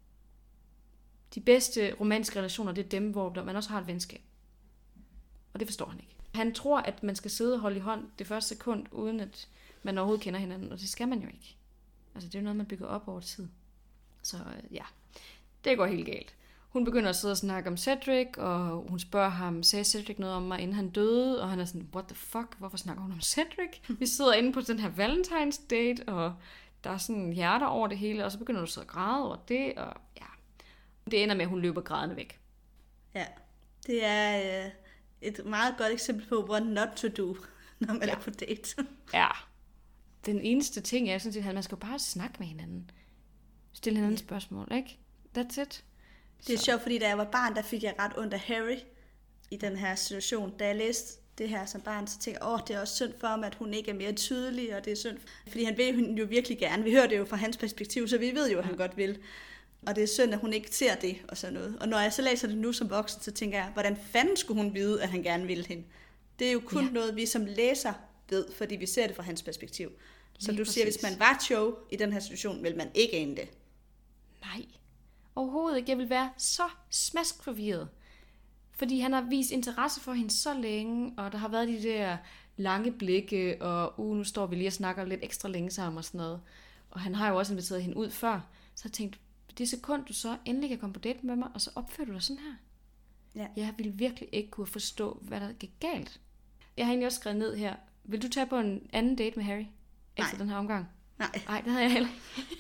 De bedste romantiske relationer, det er dem, hvor man også har et venskab. Og det forstår han ikke. Han tror, at man skal sidde og holde i hånd det første sekund, uden at man overhovedet kender hinanden, og det skal man jo ikke. Altså, det er jo noget, man bygger op over tid. Så ja, det går helt galt. Hun begynder at sidde og snakke om Cedric, og hun spørger ham, sagde Cedric noget om mig, inden han døde? Og han er sådan, what the fuck, hvorfor snakker hun om Cedric? Vi sidder inde på den her Valentine's date, og der er sådan hjerter over det hele, og så begynder du så at græde over det, og ja. Det ender med, at hun løber grædende væk. Ja, det er øh, et meget godt eksempel på, what not to do, når man ja. er på date. Ja. Den eneste ting er sådan set, at man skal bare snakke med hinanden. Stille hinanden yeah. spørgsmål, ikke? That's it. Det er så. Sjovt, fordi da jeg var barn, der fik jeg ret ondt af Harry i den her situation. Da jeg læste det her som barn, så tænkte jeg, åh, det er også synd for ham, at hun ikke er mere tydelig, og det er synd. Fordi han vil jo virkelig gerne. Vi hører det jo fra hans perspektiv, så vi ved jo, at han godt vil. Og det er synd, at hun ikke ser det og sådan noget. Og når jeg så læser det nu som voksen, så tænker jeg, hvordan fanden skulle hun vide, at han gerne ville hende? Det er jo kun ja. noget, vi som læser ved, fordi vi ser det fra hans perspektiv. Så lige du præcis. Siger, hvis man var Cho i den her situation, vil man ikke ane det. Nej, overhovedet ikke. Jeg vil være så smaskforvirret. Fordi han har vist interesse for hende så længe, og der har været de der lange blikke, og uh, nu står vi lige og snakker lidt ekstra længe sammen og sådan noget. Og han har jo også inviteret hende ud før. Så jeg tænkte, det sekund, du så endelig kan komme på date med mig, og så opfører du dig sådan her. Ja. Jeg ville virkelig ikke kunne forstå, hvad der gik galt. Jeg har egentlig også skrevet ned her. Vil du tage på en anden date med Harry? Efter Nej. den her omgang? Nej. Nej, det havde jeg heller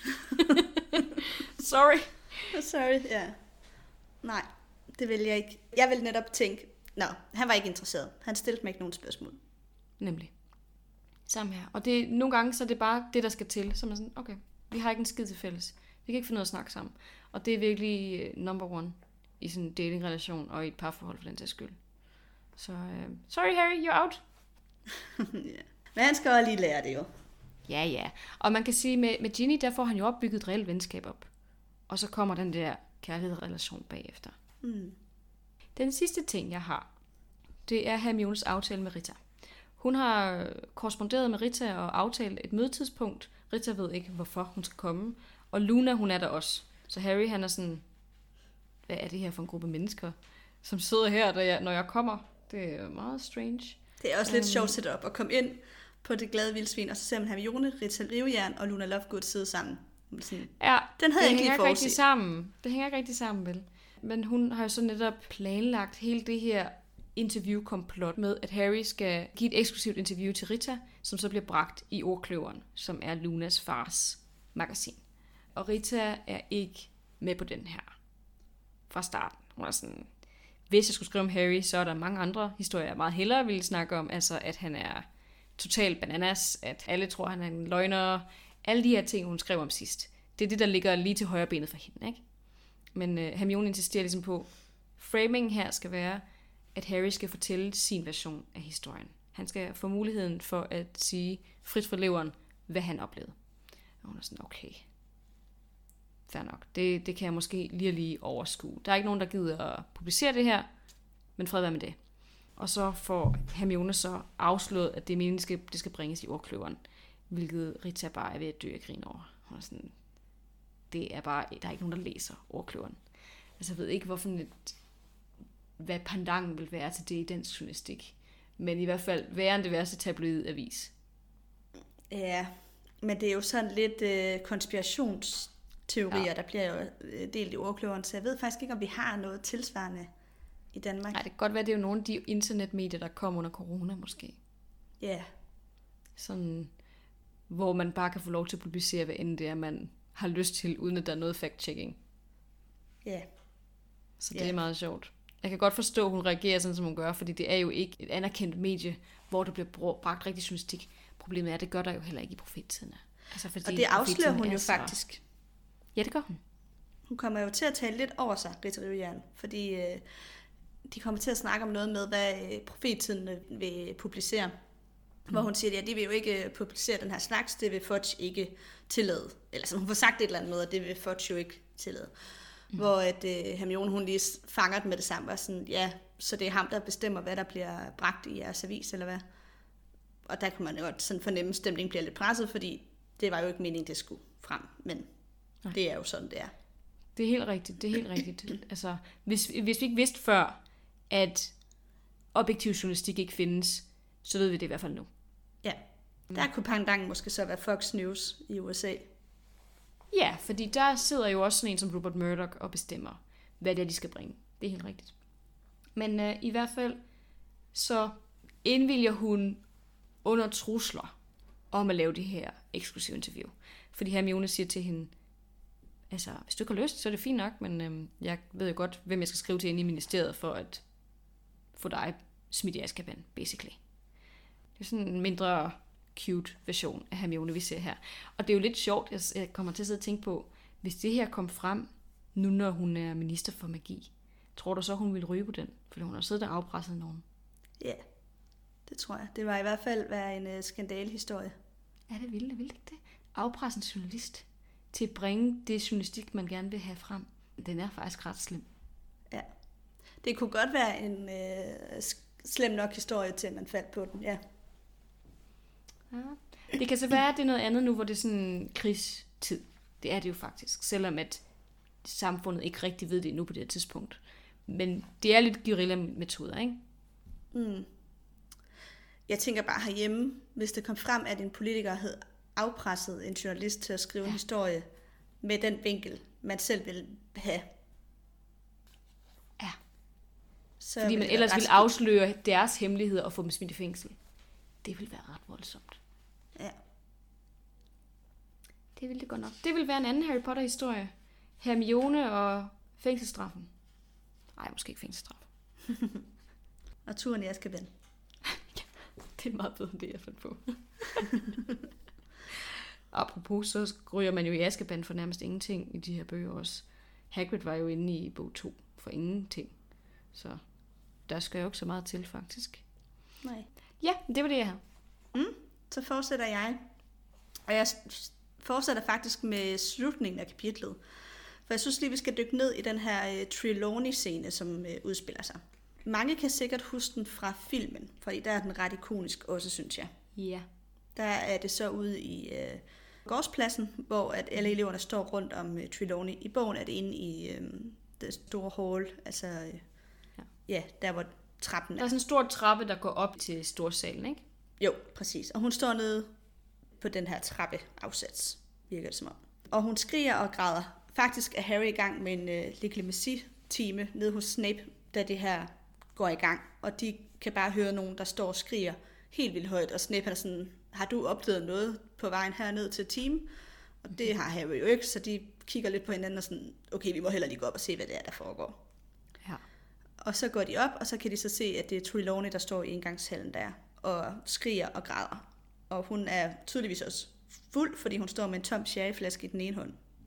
Sorry. Sorry, ja. Nej, det vil jeg ikke. Jeg vil netop tænke, nå, han var ikke interesseret. Han stillede mig ikke nogen spørgsmål. Nemlig. Samme her. Og det, nogle gange så er det bare det, der skal til. Så man sådan, okay, vi har ikke en skid til fælles. Vi kan ikke finde noget at snakke sammen. Og det er virkelig number one i sådan en datingrelation og i et parforhold for den sags skyld. Så, uh, sorry Harry, you're out. Ja. Men han skal også lige lære det jo. Ja, ja. Og man kan sige, med, med Ginny, der får han jo opbygget et reelt venskab op. Og så kommer den der kærlighedsrelation bagefter. Mm. Den sidste ting, jeg har, det er Hermiones aftale med Rita. Hun har korresponderet med Rita og aftalt et mødetidspunkt. Rita ved ikke, hvorfor hun skal komme. Og Luna, hun er der også. Så Harry, han er sådan, hvad er det her for en gruppe mennesker, som sidder her, jeg, når jeg kommer? Det er meget strange. Det er også lidt um, sjovt setup at komme ind på det glade vildsvin, og så ser man Hermione, Rita Rivejern og Luna Lovegood sidde sammen. Sådan, ja, den havde det jeg ikke hænger lige ikke rigtig sammen. Det hænger ikke rigtig sammen, vel? Men hun har jo så netop planlagt hele det her interviewkomplot med, at Harry skal give et eksklusivt interview til Rita, som så bliver bragt i Ordkløveren, som er Lunas fars magasin. Og Rita er ikke med på den her fra starten. Hun er sådan, hvis jeg skulle skrive om Harry, så er der mange andre historier, jeg meget hellere ville snakke om. Altså, at han er total bananas, at alle tror, han er en løgner. Alle de her ting, hun skrev om sidst, det er det, der ligger lige til højre benet for hende, ikke? Men øh, Hermione insisterer ligesom på, framing her skal være, at Harry skal fortælle sin version af historien. Han skal få muligheden for at sige frit fra leveren, hvad han oplevede. Og hun er sådan, okay, fair nok. Det, det kan jeg måske lige og lige overskue. Der er ikke nogen, der gider at publicere det her, men fred være med det. Og så får Hermione så afslået, at det er meningen, det skal, det skal bringes i ordkløveren, hvilket Rita bare er ved at dø af grin over. Hun er sådan, det er bare, der er ikke nogen, der læser ordkløveren. Altså jeg ved ikke, hvorfor et, hvad pandangen vil være til det i dansk journalistik. Men i hvert fald værre end det værste tabloidavis. Ja, men det er jo sådan lidt øh, konspirationsteorier, ja. Der bliver jo delt i ordkløveren, så jeg ved faktisk ikke, om vi har noget tilsvarende i Danmark. Nej, det kan godt være, det er jo nogle af de internetmedier, der kom under corona måske. Ja. Yeah. Sådan, hvor man bare kan få lov til at publicere, hvad end det er, man har lyst til, uden at der er noget fact-checking. Ja. Yeah. Så det yeah. er meget sjovt. Jeg kan godt forstå, at hun reagerer sådan, som hun gør, fordi det er jo ikke et anerkendt medie, hvor der bliver bragt rigtig journalistik. Problemet er, at det gør der jo heller ikke i profettiderne. Altså, fordi og det afslører hun jo så... faktisk. Ja, det gør hun. Hun kommer jo til at tale lidt over sig, Rita Rivejern, fordi øh, de kommer til at snakke om noget med, hvad øh, profettiderne vil publicere. Mm. Hvor hun siger, at ja, de vil jo ikke publicere den her slags, det vil Fudge ikke tillade. Eller sådan, hun får sagt et eller andet med, at det vil Fudge jo ikke tillade. Mm. Hvor at øh, Hermione, hun lige fanger den med det samme, og sådan, ja, så det er ham, der bestemmer, hvad der bliver bragt i jeres avis, eller hvad? Og der kunne man jo godt sådan fornemme, at stemningen bliver lidt presset, fordi det var jo ikke meningen, det skulle frem, men nej. Det er jo sådan, det er. Det er helt rigtigt, det er helt rigtigt. Altså, hvis, hvis vi ikke vidste før, at objektiv journalistik ikke findes, så ved vi det i hvert fald nu. Ja, der kunne pandangen måske så være Fox News i U S A. Ja, fordi der sidder jo også sådan en som Rupert Murdoch og bestemmer, hvad det er, de skal bringe. Det er helt rigtigt. Men øh, i hvert fald, så indvilger hun under trusler om at lave det her eksklusive interview. Fordi Hermione siger til hende, altså, hvis du ikke har lyst, så er det fint nok, men øh, jeg ved jo godt, hvem jeg skal skrive til inde i ministeriet for at få dig smidt i Azkaban, basically. Det er sådan en mindre cute version af Hermione, vi ser her. Og det er jo lidt sjovt, jeg kommer til at sidde og tænke på, hvis det her kom frem, nu når hun er minister for magi, tror du så, hun ville ryge på den? Fordi hun har siddet og afpresset nogen. Ja, yeah, det tror jeg. Det var i hvert fald være en uh, skandalehistorie. Ja, det ville det, ville ikke det? Afpresse en journalist til at bringe det journalistik, man gerne vil have frem. Den er faktisk ret slem. Ja, det kunne godt være en uh, slem nok historie til, at man faldt på den, ja. Ja. Det kan så være, at det er noget andet nu, hvor det er sådan en krigstid. Det er det jo faktisk, selvom at samfundet ikke rigtig ved det nu på det her tidspunkt. Men det er lidt guerilla-metoder, ikke? Mm. Jeg tænker bare herhjemme, hvis det kom frem, at en politiker havde afpresset en journalist til at skrive ja. en historie med den vinkel, man selv vil have. Ja. Så fordi man ellers ville afsløre deres hemmeligheder og få dem smidt i fængsel. Det ville være ret voldsomt. Ja. Det ville det godt nok. Det ville være en anden Harry Potter-historie. Hermione og fængselsstraffen. Nej, måske ikke fængselsstraf. Og turen i Azkaban. Ja, det er meget bedre end det, jeg fandt på. Apropos, så ryger man jo i Azkaban for nærmest ingenting i de her bøger også. Hagrid var jo inde i bog to for ingenting. Så der skal jo ikke så meget til, faktisk. Nej. Ja, det var det, jeg havde. Mm, så fortsætter jeg. Og jeg fortsætter faktisk med slutningen af kapitlet. For jeg synes lige, vi skal dykke ned i den her uh, Trelawney-scene, som uh, udspiller sig. Mange kan sikkert huske den fra filmen, fordi der er den ret ikonisk også, synes jeg. Ja. Yeah. Der er det så ude i uh, gårdspladsen, hvor at alle eleverne står rundt om uh, Trelawney. I bogen er det inde i uh, det store hall, altså uh, ja. ja, der hvor trappen er. Der er sådan en stor trappe, der går op til storsalen, ikke? Jo, præcis. Og hun står nede på den her trappeafsats, virker det som om. Og hun skriger og græder. Faktisk er Harry i gang med en uh, leglimesi-time nede hos Snape, da det her går i gang. Og de kan bare høre nogen, der står og skriger helt vildt højt. Og Snape er sådan, har du oplevet noget på vejen herned til team? Og det har Harry jo ikke, så de kigger lidt på hinanden og sådan, okay, vi må heller lige gå op og se, hvad det er, der foregår. Ja. Og så går de op, og så kan de så se, at det er Trelawney, der står i indgangshallen der, og skriger og græder. Og hun er tydeligvis også fuld, fordi hun står med en tom sherryflaske i den ene hånd.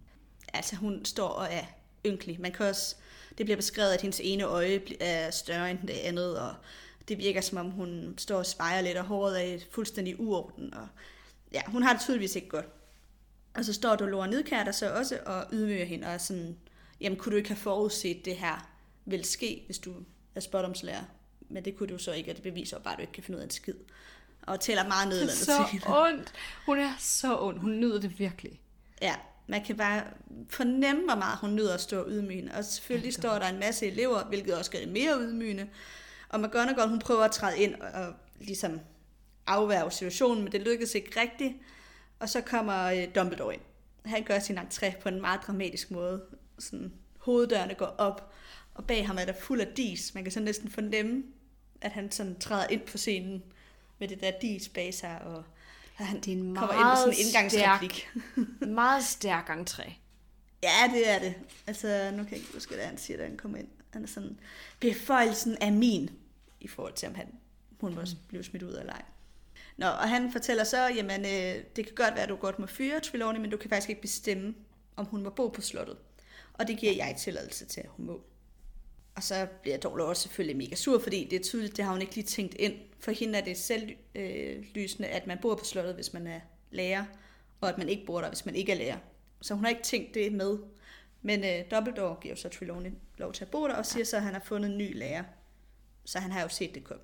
altså hun står og er ynkelig. Man kan også, det bliver beskrevet, at hendes ene øje er større end det andet, og det virker som om hun står og spejer lidt, og håret er fuldstændig uorden, og ja, hun har det tydeligvis ikke godt. Og så står Dolores Nidkjær der så også og ydmyger hende, og er sådan, jamen kunne du ikke have forudset det her vil ske, hvis du er spådomslærer? Men det kunne du så ikke, og det beviser bare, at du ikke kan finde ud af en skid. Og tæller meget nedladende til hende. Så ondt. Hun er så ond. Hun nyder det virkelig. Ja, man kan bare fornemme, hvor meget hun nyder at stå ydmygende. Og selvfølgelig ja, står der en masse elever, hvilket også gør det mere ydmygende. Og McGonagall, hun prøver at træde ind og, og ligesom afværge situationen, men det lykkedes ikke rigtigt. Og så kommer øh, Dumbledore ind. Han gør sin entré på en meget dramatisk måde. Sådan, hoveddørene går op, og bag ham er der fuld af dis. Man kan så næsten fornemme, at han sådan træder ind på scenen med det der dis bag sig, og han det er en kommer ind med sådan en indgangsreplik. Meget stærk entré. Ja, det er det. Altså, nu kan jeg ikke huske, hvad han siger, da han kommer ind. Han er sådan, beføjelsen er min, i forhold til, om han, hun må blive smidt ud af leg. Nå, og han fortæller så, jamen, øh, det kan godt være, at du godt må fyre Trelawney, men du kan faktisk ikke bestemme, om hun må bo på slottet. Og det giver jeg tilladelse til, at hun må. Og så bliver Dolores selvfølgelig mega sur, fordi det er tydeligt, det har hun ikke lige tænkt ind. For hende er det selvlysende, at man bor på slottet, hvis man er lærer, og at man ikke bor der, hvis man ikke er lærer. Så hun har ikke tænkt det med. Men øh, Dumbledore giver så Trelawney lov til at bo der, og siger så, at han har fundet en ny lærer. Så han har jo set det komme.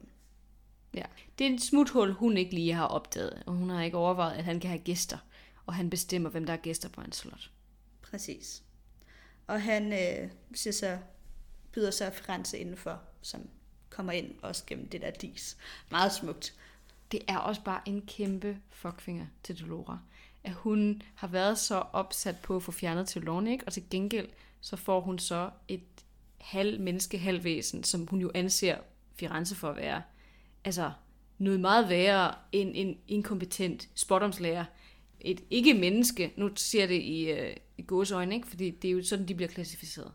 Ja, det er et smuthul, hun ikke lige har opdaget, og hun har ikke overvejet, at han kan have gæster, og han bestemmer, hvem der er gæster på hans slot. Præcis. Og han øh, siger så, byder så Firenze indenfor, som kommer ind også gennem det der dis. Meget smukt. Det er også bare en kæmpe fuckfinger til Dolores, at hun har været så opsat på at få fjernet Trelawney, og til gengæld så får hun så et halv menneske, halv væsen, som hun jo anser Firenze for at være. Altså noget meget værre end en inkompetent spådomslærer. Et ikke-menneske, nu siger det i, øh, i gåseøjne, ikke? Fordi det er jo sådan, de bliver klassificeret.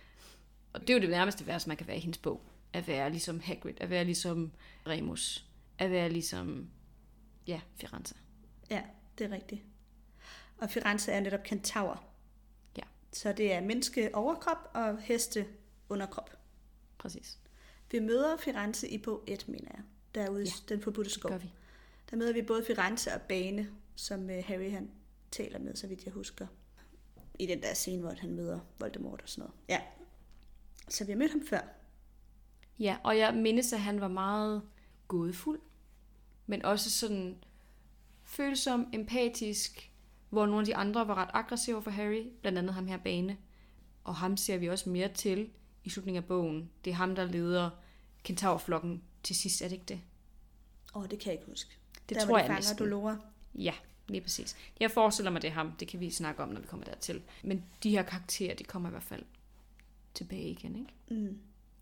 Og det er jo det nærmeste værste, man kan være i hendes bog. At være ligesom Hagrid, at være ligesom Remus, at være ligesom, ja, Firenze. Ja, det er rigtigt. Og Firenze er netop kentaur. Ja. Så det er menneske overkrop og heste underkrop. Præcis. Vi møder Firenze i bog et, mener jeg. Derude i ja, den forbudte skov. gør vi. Der møder vi både Firenze og Bane, som Harry han taler med, så vidt jeg husker. I den der scene, hvor han møder Voldemort og sådan noget. Ja. Så vi har mødt ham før. Ja, og jeg mindes, at han var meget gådefuld, men også sådan følsom, empatisk, hvor nogle af de andre var ret aggressive for Harry, blandt andet ham her Bane. Og ham ser vi også mere til i slutningen af bogen. Det er ham, der leder kentaurflokken til sidst, er det ikke det? Åh, oh, det kan jeg ikke huske. Det der, tror de jeg næsten. Dolores. Ja, lige præcis. Jeg forestiller mig, det er ham. Det kan vi snakke om, når vi kommer dertil. Men de her karakterer, de kommer i hvert fald tilbage igen, ikke? Mm.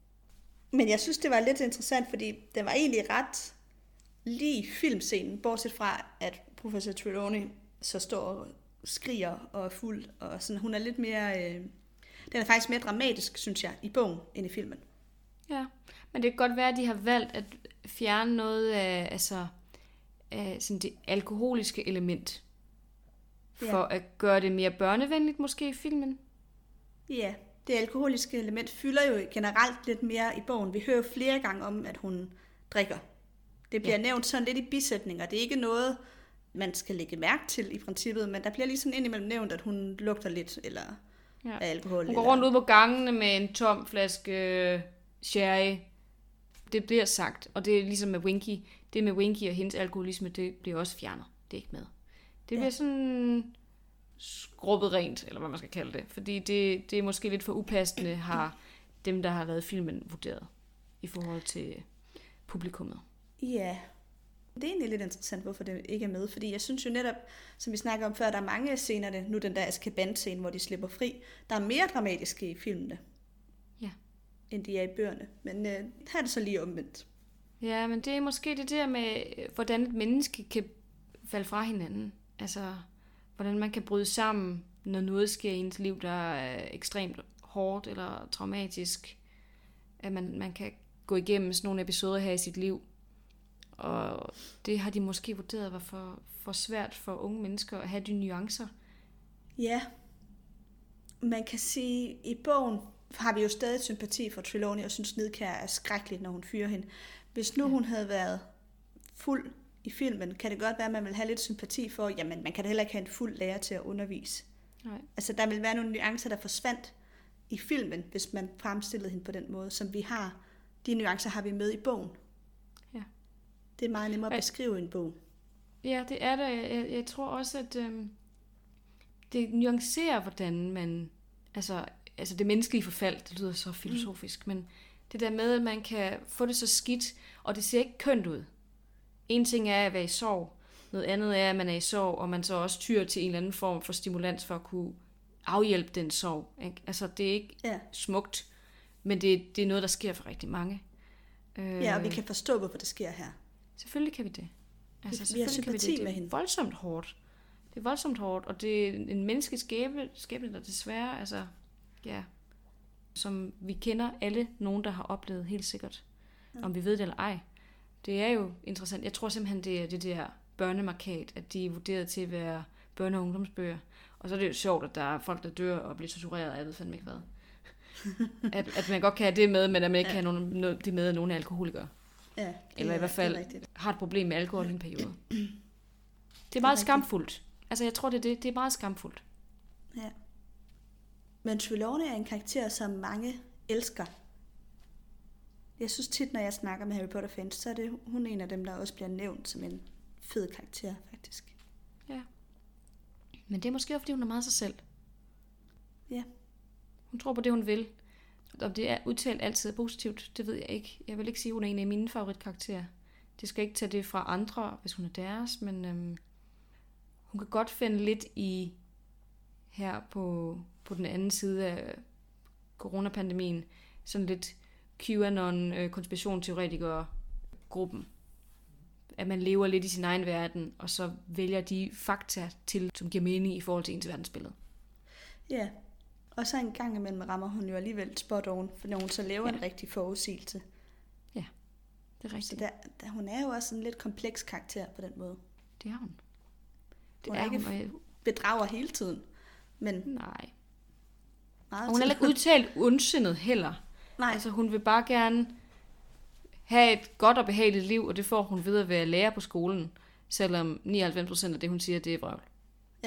Men jeg synes, det var lidt interessant, fordi den var egentlig ret lige filmscenen, bortset fra, at professor Trelawney så står og skriger og er fuld, og sådan, hun er lidt mere, øh, den er faktisk mere dramatisk, synes jeg, i bogen, end i filmen. Ja, men det kan godt være, at de har valgt at fjerne noget af, altså, af sådan det alkoholiske element, for ja. At gøre det mere børnevenligt måske i filmen. Ja, det alkoholiske element fylder jo generelt lidt mere i bogen. Vi hører flere gange om, at hun drikker. Det bliver ja. nævnt sådan lidt i bisætninger. Det er ikke noget, man skal lægge mærke til i princippet, men der bliver lige sådan indimellem nævnt, at hun lugter lidt eller ja. af alkohol. Hun går rundt eller... ude på gangene med en tom flaske sherry. Det bliver sagt, og det er ligesom med Winky. Det med Winky og hendes alkoholisme, det bliver også fjernet. Det er ikke med. Det bliver ja. sådan skrubbet rent, eller hvad man skal kalde det. Fordi det, det er måske lidt for upassende, har dem, der har lavet filmen, vurderet i forhold til publikummet. Ja, det er egentlig lidt interessant, hvorfor det ikke er med. Fordi jeg synes jo netop, som vi snakker om før, der er mange af scenerne, nu den der Azkaban-scene, hvor de slipper fri, der er mere dramatiske i filmene, ja. end de er i bøgerne. Men øh, her er det så lige omvendt. Ja, men det er måske det der med, hvordan et menneske kan falde fra hinanden. Altså, hvordan man kan bryde sammen, når noget sker i ens liv, der er ekstremt hårdt eller traumatisk. At man, man kan gå igennem sådan nogle episoder her i sit liv. Og det har de måske vurderet var for, for svært for unge mennesker at have de nuancer. Ja, man kan sige, i bogen har vi jo stadig sympati for Trelawney, og synes Nidkjær er skrækkeligt, når hun fyrer hende. Hvis nu ja. hun havde været fuld i filmen, kan det godt være, at man vil have lidt sympati for, jamen man kan da heller ikke have en fuld lærer til at undervise. Nej. Altså der vil være nogle nuancer, der forsvandt i filmen, hvis man fremstillede hende på den måde, som vi har. De nuancer har vi med i bogen. Ja. Det er meget nemmere at beskrive i en bog. Ja, det er det. Jeg, jeg tror også, at øhm, det nuancerer, hvordan man... Altså, altså det menneskelige forfald, det lyder så filosofisk, mm. men det der med, at man kan få det så skidt, og det ser ikke kønt ud. En ting er at være i sorg, noget andet er, at man er i sorg, og man så også tyr til en eller anden form for stimulans for at kunne afhjælpe den sorg. Ikke? Altså, det er ikke ja. smukt, men det, det er noget, der sker for rigtig mange. Ja, og vi kan forstå, hvorfor det sker her. Selvfølgelig kan vi det. Altså, vi har sympati kan vi det. med hende. Det er voldsomt hårdt. Det er voldsomt hårdt, og det er en menneskelig skæbne, skæbne der desværre, altså, ja, som vi kender alle, nogen, der har oplevet helt sikkert, ja. om vi ved det eller ej. Det er jo interessant. Jeg tror simpelthen, det er det der børnemarkat, at de er vurderet til at være børne- og ungdomsbøger. Og så er det jo sjovt, at der er folk, der dør og bliver tortureret, og jeg ved fandme ikke hvad. at, at man godt kan have det med, men at man ikke ja. kan have nogen, noget, det med, at nogen er alkoholikere. Ja, eller i hvert fald har et problem med alkohol i en periode. Det er meget skamfuldt. Altså, jeg tror, det er det. Det er meget skamfuldt. Ja. Men Trelawney er en karakter, som mange elsker. Jeg synes tit, når jeg snakker med Harry Potter-fans, så er det hun en af dem, der også bliver nævnt som en fed karakter, faktisk. Ja. Men det er måske også, fordi hun er meget sig selv. Ja. Hun tror på det, hun vil. Om det er udtalt altid er positivt, det ved jeg ikke. Jeg vil ikke sige, at hun er en af mine favoritkarakterer. Det skal ikke tage det fra andre, hvis hun er deres, men øhm, hun kan godt finde lidt i her på, på den anden side af coronapandemien, sådan lidt QAnon-konspirationsteoretikere-gruppen. At man lever lidt i sin egen verden, og så vælger de fakta til, som giver mening i forhold til ens verdensbillede. Ja, og så en gang imellem rammer hun jo alligevel spot on, for når hun så laver ja. en rigtig forudsigelse. Ja, det er rigtigt. Så der, der, hun er jo også en lidt kompleks karakter på den måde. Det er hun. Det hun er er ikke hun. bedrager hele tiden, men... Nej. Meget og hun er ikke udtalt ondsindet heller. Nej. Altså hun vil bare gerne have et godt og behageligt liv, og det får hun ved at være lærer på skolen, selvom nioghalvfems procent af det, hun siger, det er vrøvl. Ja.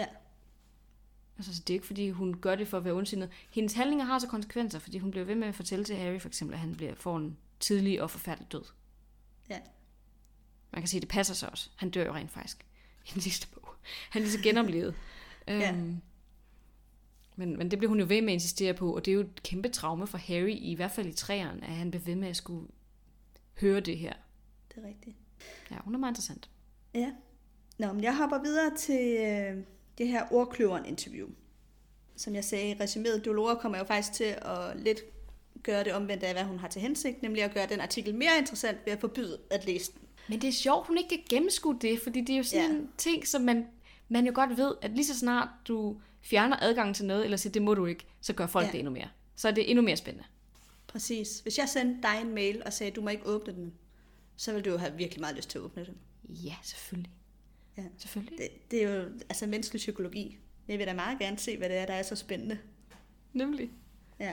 Altså, det er ikke, fordi hun gør det for at være ondsindet. Hendes handlinger har så konsekvenser, fordi hun bliver ved med at fortælle til Harry, for eksempel, at han bliver, får en tidlig og forfærdelig død. Ja. Man kan sige, at det passer sig også. Han dør jo rent faktisk i den sidste bog. Han er lige så genoplevet. ja. øhm, men, men det bliver hun jo ved med at insistere på, og det er jo et kæmpe traume for Harry, i hvert fald i træerne, at han bliver ved med at skulle høre det her. Det er rigtigt. Ja, hun er meget interessant. Ja. Nå, men jeg hopper videre til øh, det her ordkløveren-interview. Som jeg sagde i resuméet, Dolores kommer jo faktisk til at lidt gøre det omvendt af, hvad hun har til hensigt, nemlig at gøre den artikel mere interessant ved at forbyde at læse den. Men det er sjovt, hun ikke kan gennemskue det, fordi det er jo sådan ja. en ting, som man, man jo godt ved, at lige så snart du fjerner adgangen til noget, eller siger, det må du ikke, så gør folk ja. det endnu mere. Så er det endnu mere spændende. Præcis. Hvis jeg sendte dig en mail og sagde, du må ikke åbne den, så ville du jo have virkelig meget lyst til at åbne den. Ja, selvfølgelig. Ja. Selvfølgelig. Det, det er jo altså menneskelig psykologi. Jeg vil da meget gerne se, hvad det er, der er så spændende. Nemlig. Ja.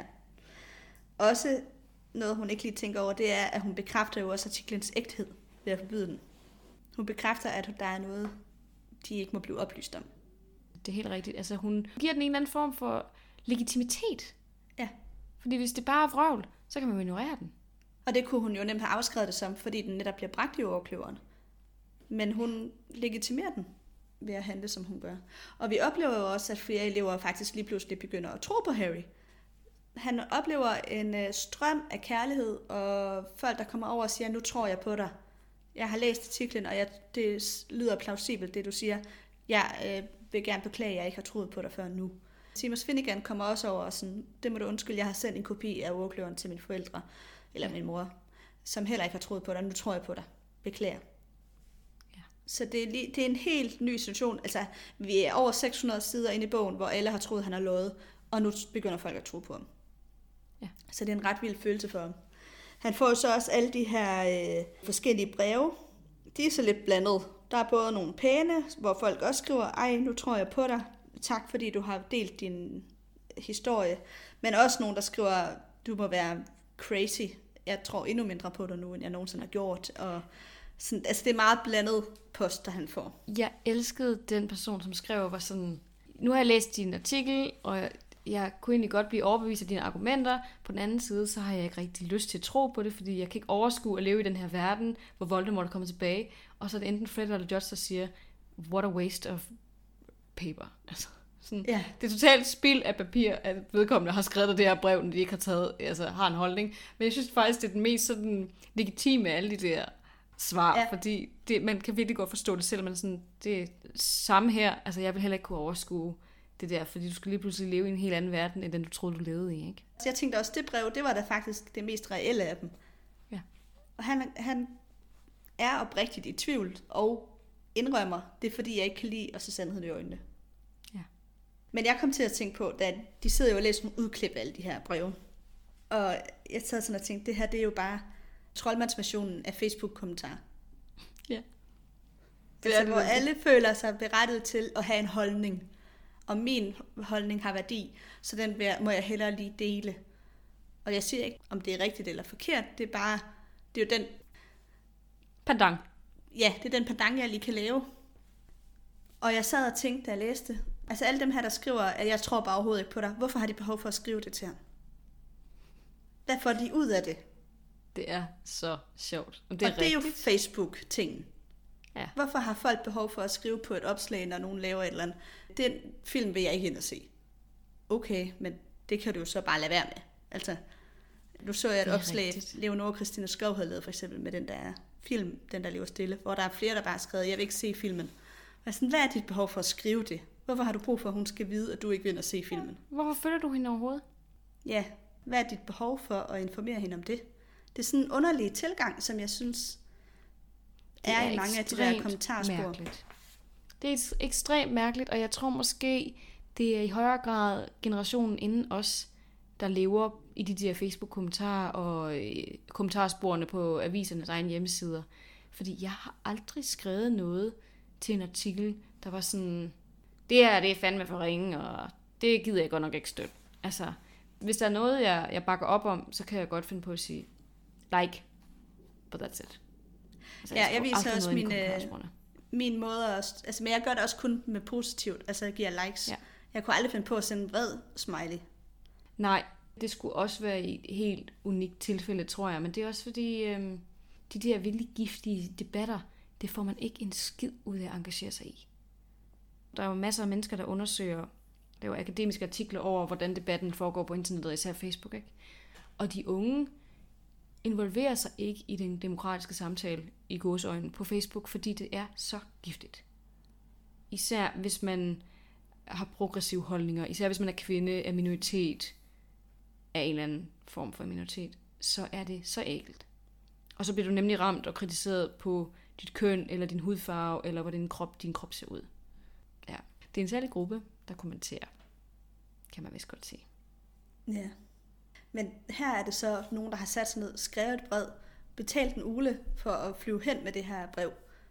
Også noget, hun ikke lige tænker over, det er, at hun bekræfter jo også artiklens ægthed ved at forbyde den. Hun bekræfter, at der er noget, de ikke må blive oplyst om. Det er helt rigtigt. Altså, hun giver den en eller anden form for legitimitet. Ja. Fordi hvis det bare er vrøvl, så kan man jo ignorere den. Og det kunne hun jo nemt have afskrevet det som, fordi den netop bliver bragt i ordkløveren. Men hun legitimerer den ved at handle, som hun gør. Og vi oplever jo også, at flere elever faktisk lige pludselig begynder at tro på Harry. Han oplever en strøm af kærlighed, og folk, der kommer over og siger, nu tror jeg på dig. Jeg har læst artiklen, og jeg, det lyder plausibelt, det du siger. Jeg øh, vil gerne beklage, at jeg ikke har troet på dig før nu. Seamus Finnegan kommer også over og sådan, det må du undskylde, jeg har sendt en kopi af ordkløveren til mine forældre, eller min mor, som heller ikke har troet på dig. Nu tror jeg på dig. Beklager. Ja. Så det er, lige, det er en helt ny situation. Altså, vi er over seks hundrede sider inde i bogen, hvor alle har troet, han har lovet, og nu begynder folk at tro på ham. Ja. Så det er en ret vild følelse for ham. Han får så også alle de her øh, forskellige breve. De er så lidt blandet. Der er både nogle pæne, hvor folk også skriver, ej, nu tror jeg på dig. Tak, fordi du har delt din historie. Men også nogen, der skriver, du må være crazy. Jeg tror endnu mindre på dig nu, end jeg nogensinde har gjort. Og sådan, altså det er meget blandet post, der han får. Jeg elskede den person, som skrev, var sådan, nu har jeg læst din artikel, og jeg, jeg kunne egentlig godt blive overbevist af dine argumenter. På den anden side, så har jeg ikke rigtig lyst til at tro på det, fordi jeg kan ikke overskue at leve i den her verden, hvor Voldemort kommer tilbage. Og så er det enten Fred eller George, der siger, what a waste of paper. Altså, sådan, Ja. det er totalt spild af papir, at vedkommende har skrevet det her brev, når de ikke har taget, altså har en holdning. Men jeg synes faktisk, det er den mest sådan legitime af alle de der svar, ja. Fordi det, man kan virkelig godt forstå det selv, men sådan, det er samme her. Altså, jeg vil heller ikke kunne overskue det der, fordi du skal lige pludselig leve i en helt anden verden, end den du troede, du levede i, ikke? Så jeg tænkte også, det brev, det var da faktisk det mest reelle af dem. Ja. Og han, han er oprigtigt i tvivl, og indrømmer, det er fordi, jeg ikke kan lide at se sandheden i øjnene. Ja. Men jeg kom til at tænke på, da de sidder jo og læser nogle udklip af alle de her breve. Og jeg sad sådan og tænkte, det her, det er jo bare troldmandsversionen af Facebook-kommentarer. Ja. Det altså, hvor alle føler sig berettiget til at have en holdning. Og min holdning har værdi, så den må jeg hellere lige dele. Og jeg siger ikke, om det er rigtigt eller forkert. Det er bare, det er jo den... Pendant. Ja, det er den pendant, jeg lige kan lave. Og jeg sad og tænkte, da jeg læste. Altså alle dem her, der skriver, at jeg tror bare overhovedet ikke på dig. Hvorfor har de behov for at skrive det til ham? Hvad får de ud af det? Det er så sjovt. Og det er, og det er jo Facebook-tingen. Ja. Hvorfor har folk behov for at skrive på et opslag, når nogen laver et eller andet? Den film vil jeg ikke ind og se. Okay, men det kan du jo så bare lade være med. Altså, nu så jeg et opslag, rigtigt. Leonora Christina Skov havde lavet for eksempel med den der film, Den der lever stille, hvor der er flere, der bare har skrevet, jeg vil ikke se filmen. Og sådan, hvad er dit behov for at skrive det? Hvorfor har du brug for, at hun skal vide, at du ikke vil ind og se filmen? Hvorfor følger du hende overhovedet? Ja, hvad er dit behov for at informere hende om det? Det er sådan en underlig tilgang, som jeg synes er, er i mange af de der kommentarspor. Mærkeligt. Det er ekstremt mærkeligt, og jeg tror måske, det er i højere grad generationen inden os, der lever i de der Facebook-kommentarer og kommentarsporene på avisernes egne hjemmesider. Fordi jeg har aldrig skrevet noget til en artikel, der var sådan, det her det er fandme for ringe, og det gider jeg godt nok ikke støtte. Altså, hvis der er noget, jeg, jeg bakker op om, så kan jeg godt finde på at sige, like, but that's it. Altså, ja, jeg, jeg viser også min, øh, min måde, at, altså, men jeg gør det også kun med positivt, altså jeg giver likes. Ja. Jeg kunne aldrig finde på at sende en vred smiley. Nej, det skulle også være i et helt unikt tilfælde, tror jeg, men det er også fordi, øhm, de der virkelig giftige debatter, det får man ikke en skid ud af at engagere sig i. Der er jo masser af mennesker, der undersøger, laver akademiske artikler over, hvordan debatten foregår på internettet, især Facebook, ikke? Og de unge involverer sig ikke i den demokratiske samtale i gåseøjne på Facebook, fordi det er så giftigt. Især hvis man har progressive holdninger, især hvis man er kvinde, er minoritet, af en eller anden form for minoritet, så er det så ægelt. Og så bliver du nemlig ramt og kritiseret på dit køn, eller din hudfarve, eller hvordan din krop, din krop ser ud. Ja. Det er en særlig gruppe, der kommenterer. Kan man vist godt se. Ja. Men her er det så nogen, der har sat sig ned, skrevet et brev, betalt en ule for at flyve hen med det her brev.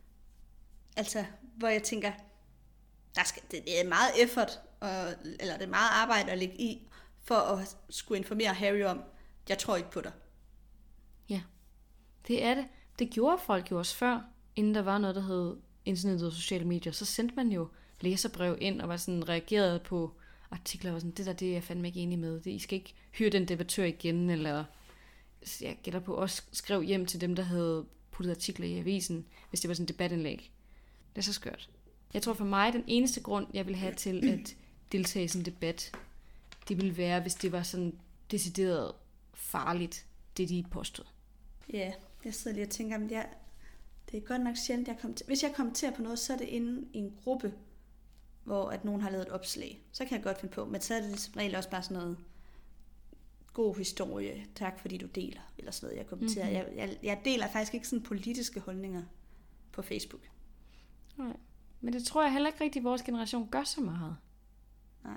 Altså, hvor jeg tænker, der skal, det er meget effort, og, eller det er meget arbejde at lægge i, for at skulle informere Harry om, jeg tror ikke på dig. Ja, det er det. Det gjorde folk jo også før, inden der var noget, der hed internettet og sociale medier. Så sendte man jo læserbrev ind og var sådan reageret på artikler og sådan, det der, det er jeg fandme ikke enig med. Det, I skal ikke hyre den debattør igen, eller jeg gætter på også skrev hjem til dem, der havde puttet artikler i avisen, hvis det var sådan et debatindlæg. Det er så skørt. Jeg tror for mig, den eneste grund, jeg vil have til at deltage i sådan en debat, det ville være, hvis det var sådan decideret farligt, det de påstod. Ja, jeg sidder lige og tænker, at jeg, det er godt nok sjældent, jeg kommer til. Hvis jeg kommenterer på noget, så er det inde i en gruppe, hvor at nogen har lavet et opslag. Så kan jeg godt finde på, men så er det som regel også bare sådan noget god historie, tak fordi du deler, eller sådan noget, jeg kommenterer. Mm-hmm. Jeg, jeg, jeg deler faktisk ikke sådan politiske holdninger på Facebook. Nej, men det tror jeg heller ikke rigtig, at vores generation gør så meget. Nej.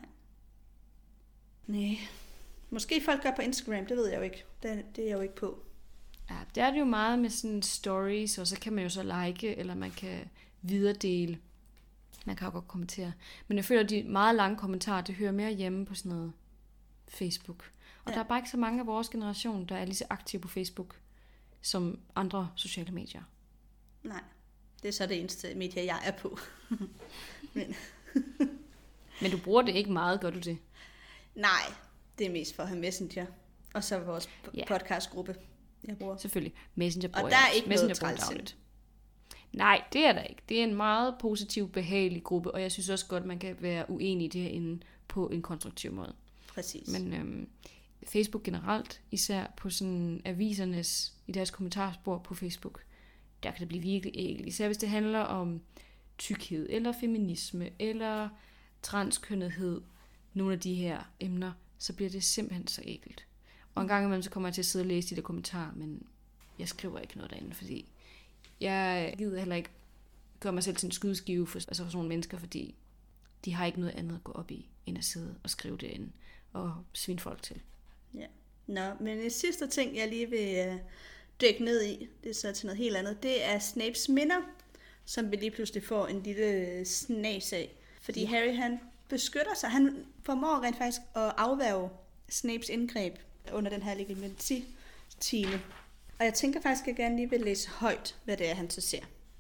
Nej. Måske folk gør på Instagram, det ved jeg jo ikke. Det, det er jeg jo ikke på. Ja, det er det jo meget med sådan stories, og så kan man jo så like, eller man kan videredele. Man kan jo godt kommentere. Men jeg føler, at de meget lange kommentarer, det hører mere hjemme på sådan noget Facebook. Og Ja. der er bare ikke så mange af vores generation, der er lige så aktive på Facebook, som andre sociale medier. Nej, det er så det eneste medie, jeg er på. Men Men du bruger det ikke meget, gør du det? nej, det er mest for at have Messenger. Og så vores Ja. podcastgruppe, jeg bruger. Selvfølgelig. Messenger bruger Og der jeg er også. ikke Messenger noget bruger jeg træls dagligt. Nej, det er der ikke. Det er en meget positiv, behagelig gruppe, og jeg synes også godt, man kan være uenig i det herinde på en konstruktiv måde. Præcis. Men øhm, Facebook generelt, især på sådan avisernes, i deres kommentarspor på Facebook, der kan det blive virkelig ægelt. Især hvis det handler om tykkhed, eller feminisme, eller transkønnethed, nogle af de her emner, så bliver det simpelthen så ægelt. Og en gang imellem, så kommer jeg til at sidde og læse de der kommentarer, men jeg skriver ikke noget derinde, fordi jeg gider heller ikke gøre mig selv til en skydeskive for, altså for sådan nogle mennesker, fordi de har ikke noget andet at gå op i, end at sidde og skrive det ind og svine folk til. Ja. Nå, men en sidste ting, jeg lige vil uh, dykke ned i, det er så til noget helt andet, det er Snapes minder, som vi lige pludselig får en lille snas af. Fordi ja. Harry, han beskytter sig, han formår rent faktisk at afværge Snapes indgreb under den her legitimati-time. Og jeg tænker faktisk, at jeg gerne lige vil læse højt, hvad det er, han så ser.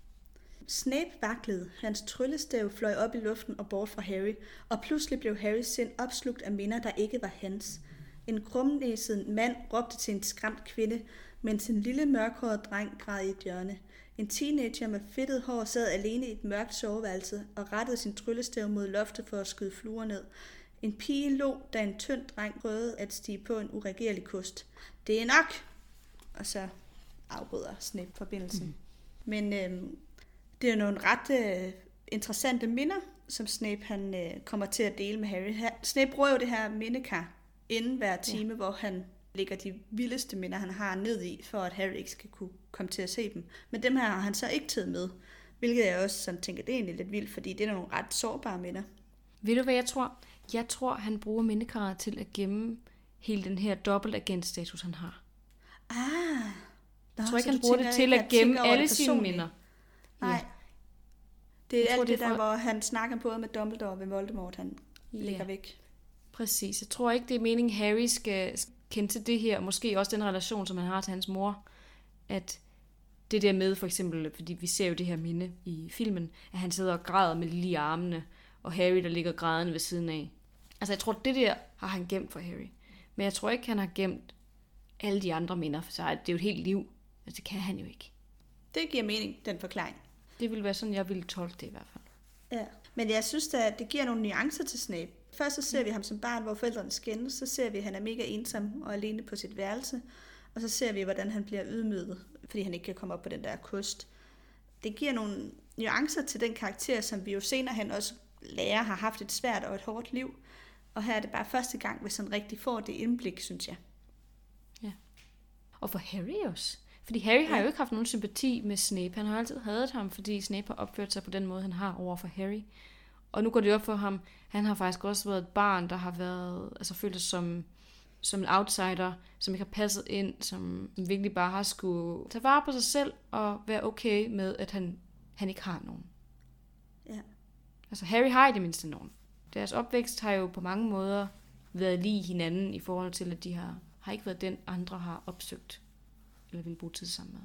Snape vaklede, hans tryllestav fløj op i luften og bort fra Harry, og pludselig blev Harrys sind opslugt af minder, der ikke var hans. En krumnæset mand råbte til en skræmt kvinde, mens en lille mørkhåret dreng græd i et hjørne. En teenager med fedtet hår sad alene i et mørkt soveværelse og rettede sin tryllestav mod loftet for at skyde fluer ned. En pige lå, da en tynd dreng prøvede at stige på en uregerlig kost. Det er nok! Og så afbryder Snape forbindelsen. Mm. Men øhm, det er nogle ret øh, interessante minder, som Snape han øh, kommer til at dele med Harry. Han, Snape bruger jo det her mindekar inden hver time, ja. Hvor han lægger de vildeste minder, han har ned i, for at Harry ikke skal kunne komme til at se dem. Men dem her har han så ikke taget med, hvilket jeg også sådan tænker, det er egentlig lidt vildt, fordi det er nogle ret sårbare minder. Ved du, hvad jeg tror? Jeg tror, han bruger mindekarret til at gemme hele den her dobbeltagentstatus, han har. Ah. Nå, jeg tror ikke, han bruger det til at gemme alle sine minder. Nej. Ja. Det er jeg alt tror, det, det der, for... hvor han snakker både med Dumbledore ved Voldemort, han ja. ligger væk. Præcis. Jeg tror ikke, det er meningen, Harry skal kende til det her, måske også den relation, som han har til hans mor, at det der med, for eksempel, fordi vi ser jo det her minde i filmen, at han sidder og græder med Lily i armene, og Harry, der ligger grædende ved siden af. Altså, jeg tror, det der har han gemt for Harry. Men jeg tror ikke, han har gemt alle de andre minder, for sig. Det er jo et helt liv. Altså, det kan han jo ikke. Det giver mening, den forklaring. Det ville være sådan, jeg ville tolke det i hvert fald. Ja, men jeg synes at det giver nogle nuancer til Snape. Først så ser vi ham som barn, hvor forældrene skændes, så ser vi, at han er mega ensom og alene på sit værelse, og så ser vi, hvordan han bliver ydmyget, fordi han ikke kan komme op på den der kost. Det giver nogle nuancer til den karakter, som vi jo senere hen også lærer har haft et svært og et hårdt liv, og her er det bare første gang, hvis han rigtig får det indblik, synes jeg. Ja. Og for Harry også. Fordi Harry ja. har jo ikke haft nogen sympati med Snape. Han har altid hadet ham, fordi Snape har opført sig på den måde, han har over for Harry. Og nu går det op for ham. Han har faktisk også været et barn, der har været, altså følt sig som, som en outsider, som ikke har passet ind, som virkelig bare har skulle tage vare på sig selv og være okay med, at han, han ikke har nogen. Ja. Altså Harry har i det mindste nogen. Deres opvækst har jo på mange måder været lige hinanden i forhold til, at de har, har ikke været den, andre har opsøgt eller vil bruge tid sammen med.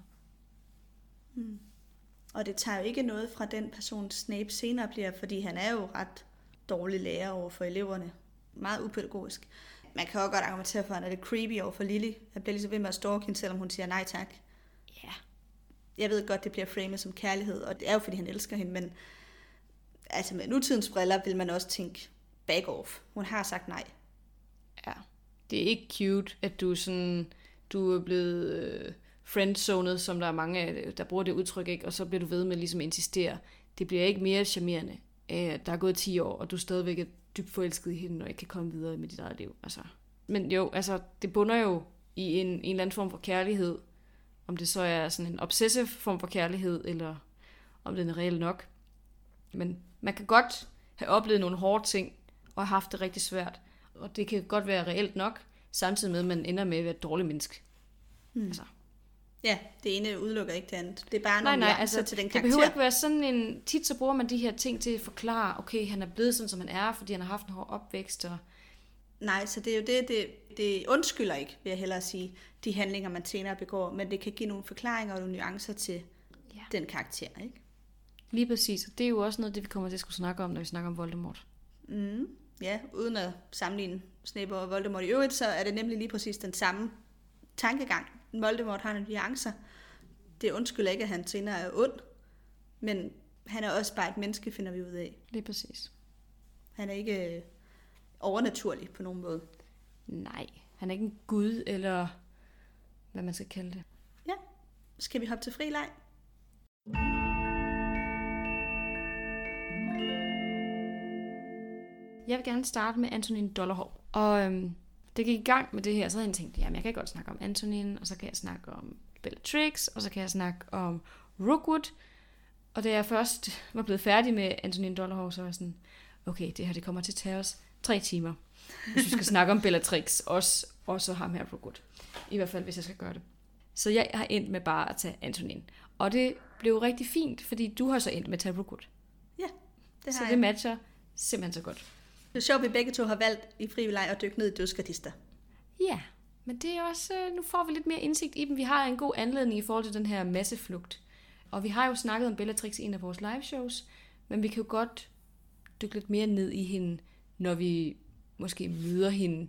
Hmm. Og det tager jo ikke noget fra den person, Snape senere bliver, fordi han er jo ret dårlig lærer over for eleverne. Meget upædagogisk. Man kan også godt argumentere for, at han er lidt creepy over for Lily. Han bliver lige så ved med at stalke hende, selvom hun siger nej tak. Ja. Yeah. Jeg ved godt, det bliver framet som kærlighed, og det er jo, fordi han elsker hende, men altså med nutidens briller vil man også tænke, back off. Hun har sagt nej. Ja. Det er ikke cute, at du sådan, du er blevet øh, friendzonet, som der er mange, der bruger det udtryk, ikke? Og så bliver du ved med ligesom at insistere. Det bliver ikke mere charmerende. Øh, der er gået ti år, og du stadigvæk er dybt forelsket i hende, og ikke kan komme videre med dit eget liv. Altså. Men jo, altså, det bunder jo i en, en eller anden form for kærlighed. Om det så er sådan en obsessive form for kærlighed, eller om den er reel nok. Men man kan godt have oplevet nogle hårde ting, og have haft det rigtig svært. Og det kan godt være reelt nok, samtidig med, at man ender med at være et dårligt menneske. Hmm. Altså. Ja, det ene udelukker ikke det andet. Det er bare nej, nogle nej, altså, til den karakter. karakter. Det behøver ikke være sådan en... Tit så bruger man de her ting til at forklare, okay, han er blevet sådan, som han er, fordi han har haft en hård opvækst. Og Nej, så det er jo det, det, det undskylder ikke, vil jeg hellere sige, de handlinger, man senere begår, men det kan give nogle forklaringer og nogle nuancer til ja. den karakter, ikke? Lige præcis, og det er jo også noget, det vi kommer til at skulle snakke om, når vi snakker om Voldemort. Mm, ja, uden at sammenligne Snape og Voldemort i øvrigt, så er det nemlig lige præcis den samme tankegang. Voldemort har nogle nuancer. Det undskylder ikke, at han senere er ond, men han er også bare et menneske, finder vi ud af. Lige præcis. Han er ikke overnaturlig på nogen måde. Nej, han er ikke en gud, eller hvad man skal kalde det. Ja, skal vi hoppe til frileg? Jeg vil gerne starte med Antonin Dollarhov. Og øhm, det gik i gang med det her, så havde jeg tænkt, jamen jeg kan godt snakke om Antonin, og så kan jeg snakke om Bellatrix, og så kan jeg snakke om Rookwood. Og da jeg først var blevet færdig med Antonin Dollarhov, så var jeg sådan, okay, det her det kommer til at tage os tre timer, hvis vi skal snakke om Bellatrix, også, også ham her Rookwood. I hvert fald, hvis jeg skal gøre det. Så jeg har endt med bare at tage Antonin. Og det blev rigtig fint, fordi du har så endt med at tage Rookwood. Ja, det har Så jeg. det matcher simpelthen så godt. Det er sjovt, at vi begge to har valgt i frivillig at dykke ned i dødsgardister. Ja, men det er også, nu får vi lidt mere indsigt i dem. Vi har en god anledning i forhold til den her masseflugt. Og vi har jo snakket om Bellatrix i en af vores live shows, men vi kan jo godt dykke lidt mere ned i hende, når vi måske møder hende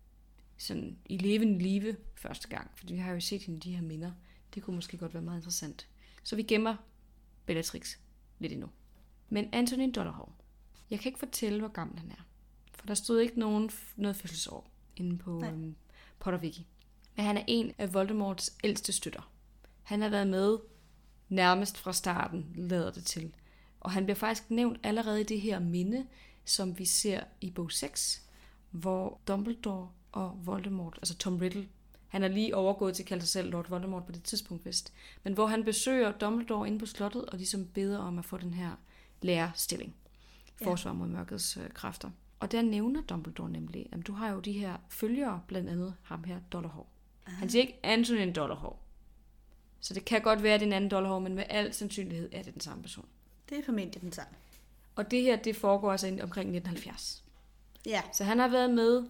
sådan i levende live første gang. Fordi vi har jo set hende i de her minder. Det kunne måske godt være meget interessant. Så vi gemmer Bellatrix lidt endnu. Men Antonin Dollarhov. Jeg kan ikke fortælle, hvor gammel han er. For der stod ikke nogen, noget fødselsår inde på um, Potterwiki. Men han er en af Voldemorts ældste støtter. Han har været med nærmest fra starten, lader det til. Og han bliver faktisk nævnt allerede i det her minde, som vi ser i bog seks, hvor Dumbledore og Voldemort, altså Tom Riddle, han er lige overgået til at kalde sig selv Lord Voldemort på det tidspunkt vist, men hvor han besøger Dumbledore inde på slottet, og ligesom beder om at få den her lærerstilling. Forsvar mod mørkets øh, kræfter. Og der nævner Dumbledore nemlig, at du har jo de her følgere, blandt andet ham her, Dollarhov. Ah. Han siger ikke Antonin Dollarhov. Så det kan godt være, at det er en anden Dollarhov, men med al sandsynlighed er det den samme person. Det er formentlig den samme. Og det her, det foregår altså omkring nitten halvfjerds. Ja. Så han har været med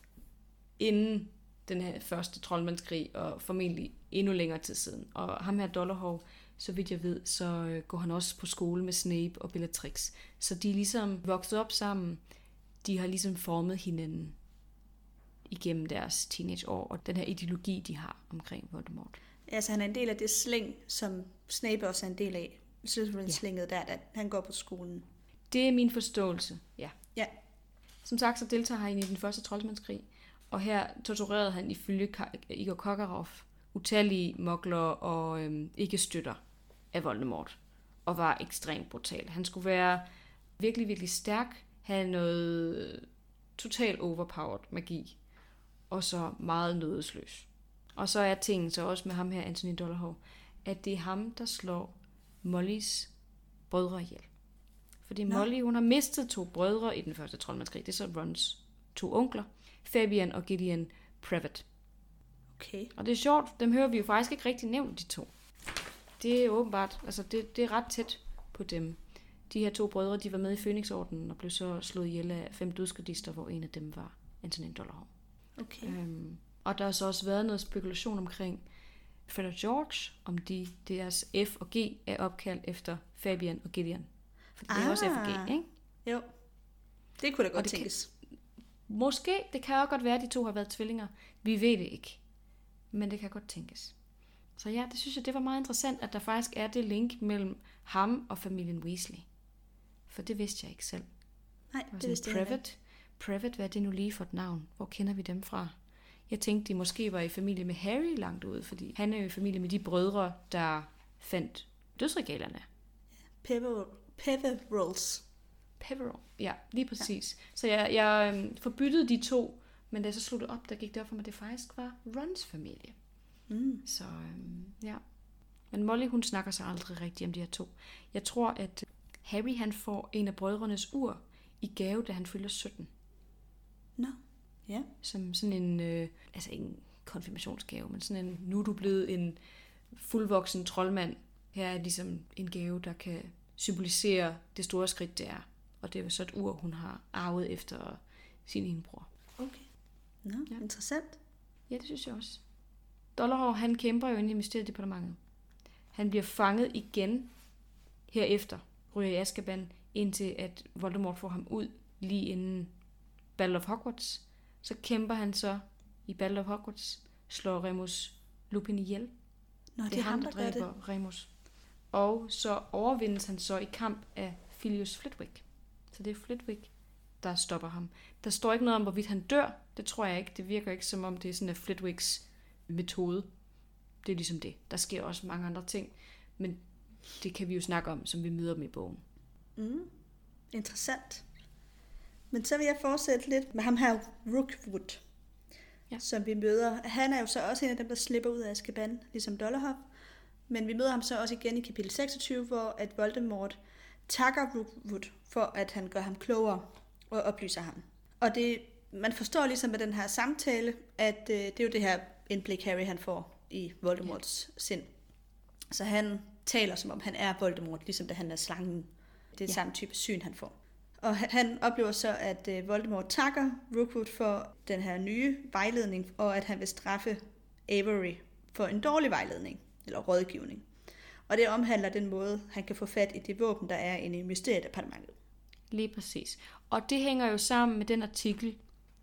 inden den her første troldmandskrig, og formentlig endnu længere tid siden. Og ham her Dollarhov, så vidt jeg ved, så går han også på skole med Snape og Bellatrix. Så de er ligesom vokset op sammen. De har ligesom formet hinanden igennem deres teenageår, og den her ideologi, de har omkring Voldemort. Altså han er en del af det slæng, som Snape også er en del af. Slytherin-slænget der, da han går på skolen. Det er min forståelse, ja. Ja. Som sagt, så deltager han i den første troldmandskrig, og her torturerede han ifølge Igor Kokarov utallige mugler og øhm, ikke-støtter af Voldemort, og var ekstremt brutal. Han skulle være virkelig, virkelig stærk, have noget totalt overpowered magi, og så meget nådesløs. Og så er tingen så også med ham her, Antonin Dollarhov, at det er ham, der slår Mollys brødre ihjel. Fordi Nå. Molly, hun har mistet to brødre i den første troldmandskrig. Det er så Rons to onkler, Fabian og Gideon Prevet. Okay. Og det er sjovt, dem hører vi jo faktisk ikke rigtig nævnt, de to. Det er åbenbart, altså det, det er ret tæt på dem. De her to brødre, de var med i Fønixordenen og blev så slået ihjel af fem dødsgardister, hvor en af dem var Antonin Dollarhov. Okay. Øhm, og der har så også været noget spekulation omkring Fred og George, om de, deres F og G er opkaldt efter Fabian og Gideon. For det er ah. også F og G, ikke? Jo, det kunne da godt det tænkes. Kan, måske, det kan også godt være, at de to har været tvillinger. Vi ved det ikke. Men det kan godt tænkes. Så ja, det synes jeg, det var meget interessant, at der faktisk er det link mellem ham og familien Weasley. For det vidste jeg ikke selv. Nej, det, det vidste jeg ikke. Prevet, hvad er det nu lige for et navn? Hvor kender vi dem fra? Jeg tænkte, de måske var i familie med Harry langt ude, fordi han er jo i familie med de brødre, der fandt dødsregalerne. Pepper, Peverells. Peverell, ja, lige præcis. Ja. Så jeg, jeg øhm, forbyttede de to, men da jeg så slog det op, der gik det op for mig, at det faktisk var Rons familie. Mm. Så øhm, ja. Men Molly, hun snakker så aldrig rigtigt om de her to. Jeg tror, at Harry, han får en af brødrenes ur i gave, da han fylder sytten. Nå, no. ja. Yeah. Som sådan en, øh, altså ikke en konfirmationsgave, men sådan en, nu er du blevet en fuldvoksen troldmand. Her er ligesom en gave, der kan symbolisere det store skridt, det er. Og det er så et ur, hun har arvet efter sin ene bror. Okay. Nå, ja. Interessant. Ja, det synes jeg også. Dolohov, han kæmper jo inde i Mysteriedepartementet. Han bliver fanget igen herefter, ryger i Azkaban, indtil at Voldemort får ham ud lige inden Battle of Hogwarts. Så kæmper han så i Battle of Hogwarts, slår Remus Lupin ihjel. Nå, det, det er ham, der, der dræber det. Remus. Og så overvindes han så i kamp af Filius Flitwick. Så det er Flitwick, der stopper ham. Der står ikke noget om, hvorvidt han dør. Det tror jeg ikke. Det virker ikke, som om det er sådan en Flitwicks metode. Det er ligesom det. Der sker også mange andre ting. Men det kan vi jo snakke om, som vi møder dem i bogen. Mm. Interessant. Men så vil jeg fortsætte lidt med ham her, Rookwood, ja. Som vi møder. Han er jo så også en af dem, der slipper ud af Azkaban, ligesom Dolohov. Men vi møder ham så også igen i kapitel seksogtyve, hvor at Voldemort takker Rookwood for, at han gør ham klogere og oplyser ham. Og det, man forstår ligesom med den her samtale, at øh, det er jo det her indblik, Harry han får i Voldemorts ja. sind. Så han taler, som om han er Voldemort, ligesom da han er slangen. Det er ja. samme type syn, han får. Og han oplever så, at øh, Voldemort takker Rookwood for den her nye vejledning, og at han vil straffe Avery for en dårlig vejledning, eller rådgivning. Og det omhandler den måde, han kan få fat i det våben, der er inde i Mysteriedepartementet. Lige præcis. Og det hænger jo sammen med den artikel,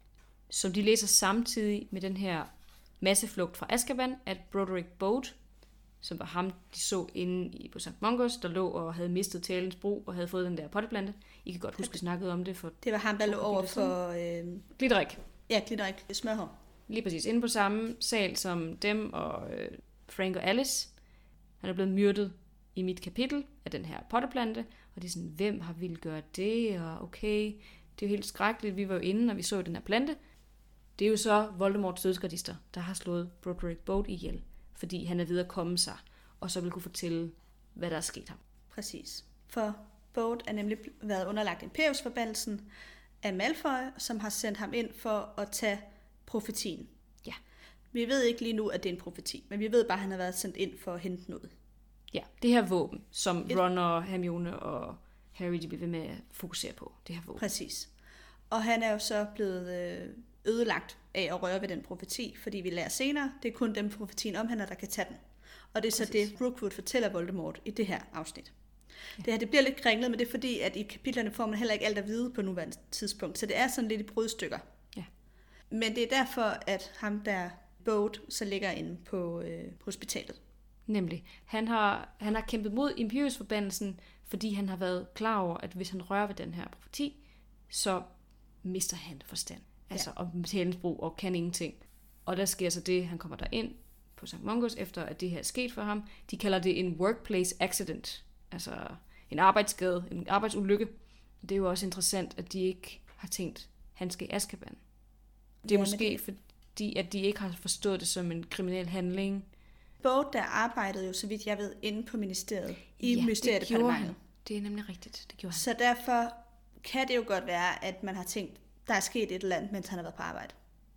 som de læser samtidig med den her masseflugt fra Azkaban, at Broderick Bode, som var ham, de så inde i, på Sankt Mungus, der lå og havde mistet talens brug og havde fået den der potteplante. I kan godt huske, vi snakkede om det. For det var ham, der lå over for... Øh... Glitterik. Ja, Glitterik. Smørhår. Lige præcis. Inde på samme sal som dem og øh, Frank og Alice. Han er blevet myrdet i mit kapitel af den her potteplante. Og det er sådan, hvem har ville gøre det? Og okay, det er jo helt skrækkeligt. Vi var jo inde, når vi så den her plante. Det er jo så Voldemorts dødsgardister, der har slået Broderick Bode ihjel. Fordi han er ved at komme sig, og så vil kunne fortælle, hvad der er sket ham. Præcis. For Bode er nemlig været underlagt Imperius-forbandelsen af Malfoy, som har sendt ham ind for at tage profetien. Ja. Vi ved ikke lige nu, at det er en profeti, men vi ved bare, at han har været sendt ind for at hente noget. Ja, det her våben, som Et... Ron og Hermione og Harry de bliver ved med at fokusere på. Det her våben. Præcis. Og han er jo så blevet ødelagt af at røre ved den profeti, fordi vi lærer senere, det er kun dem profetien omhandler, der kan tage den. Og det er Præcis. så det, Rookwood fortæller Voldemort i det her afsnit. Ja. Det her, det bliver lidt kringlet, men det er fordi, at i kapitlerne får man heller ikke alt at vide på nuværende tidspunkt, så det er sådan lidt i brudstykker. Ja. Men det er derfor, at ham der Bode så ligger inde på øh, hospitalet. Nemlig. Han har, han har kæmpet mod Imperius-forbandelsen, fordi han har været klar over, at hvis han rører ved den her profeti, så mister han forstand. Altså ja. om talensbrug og kan ingenting. Og der sker så det, han kommer der ind på Sankt Mungus, efter at det her er sket for ham. De kalder det en workplace accident. Altså en arbejdsskade, en arbejdsulykke. Det er jo også interessant, at de ikke har tænkt, at han skal i Azkaban. Det er ja, måske det... fordi, at de ikke har forstået det som en kriminel handling. Bode der arbejdede jo, så vidt jeg ved, inde på ministeriet. I ja, Mysteriedepartementet. Det er nemlig rigtigt. Det gjorde han. Så derfor kan det jo godt være, at man har tænkt, der er sket et eller andet, mens han har været på arbejde.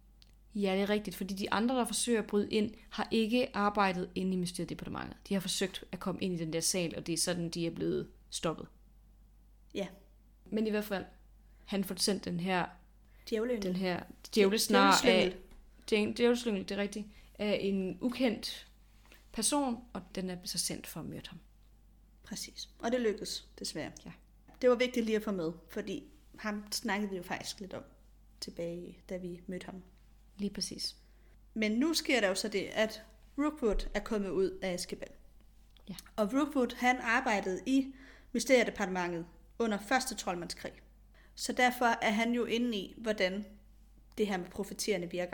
Ja, det er rigtigt, fordi de andre, der forsøger at bryde ind, har ikke arbejdet inde i Mysteriedepartementet. De har forsøgt at komme ind i den der sal, og det er sådan, de er blevet stoppet. Ja. Men i hvert fald, han får sendt den her... Djævleyngel. Den her djævlesnar af... Djævleslyngel, det er rigtigt. Af en ukendt person, og den er så sendt for at myrde ham. Præcis. Og det lykkedes, desværre. Ja. Det var vigtigt lige at få med, fordi ham snakkede vi jo faktisk lidt om tilbage, da vi mødte ham. Lige præcis. Men nu sker der jo så det, at Rookwood er kommet ud af Azkaban. Ja. Og Rookwood, han arbejdede i Mysteriedepartementet under første troldmandskrig. Så derfor er han jo inde i, hvordan det her med profetierne virker.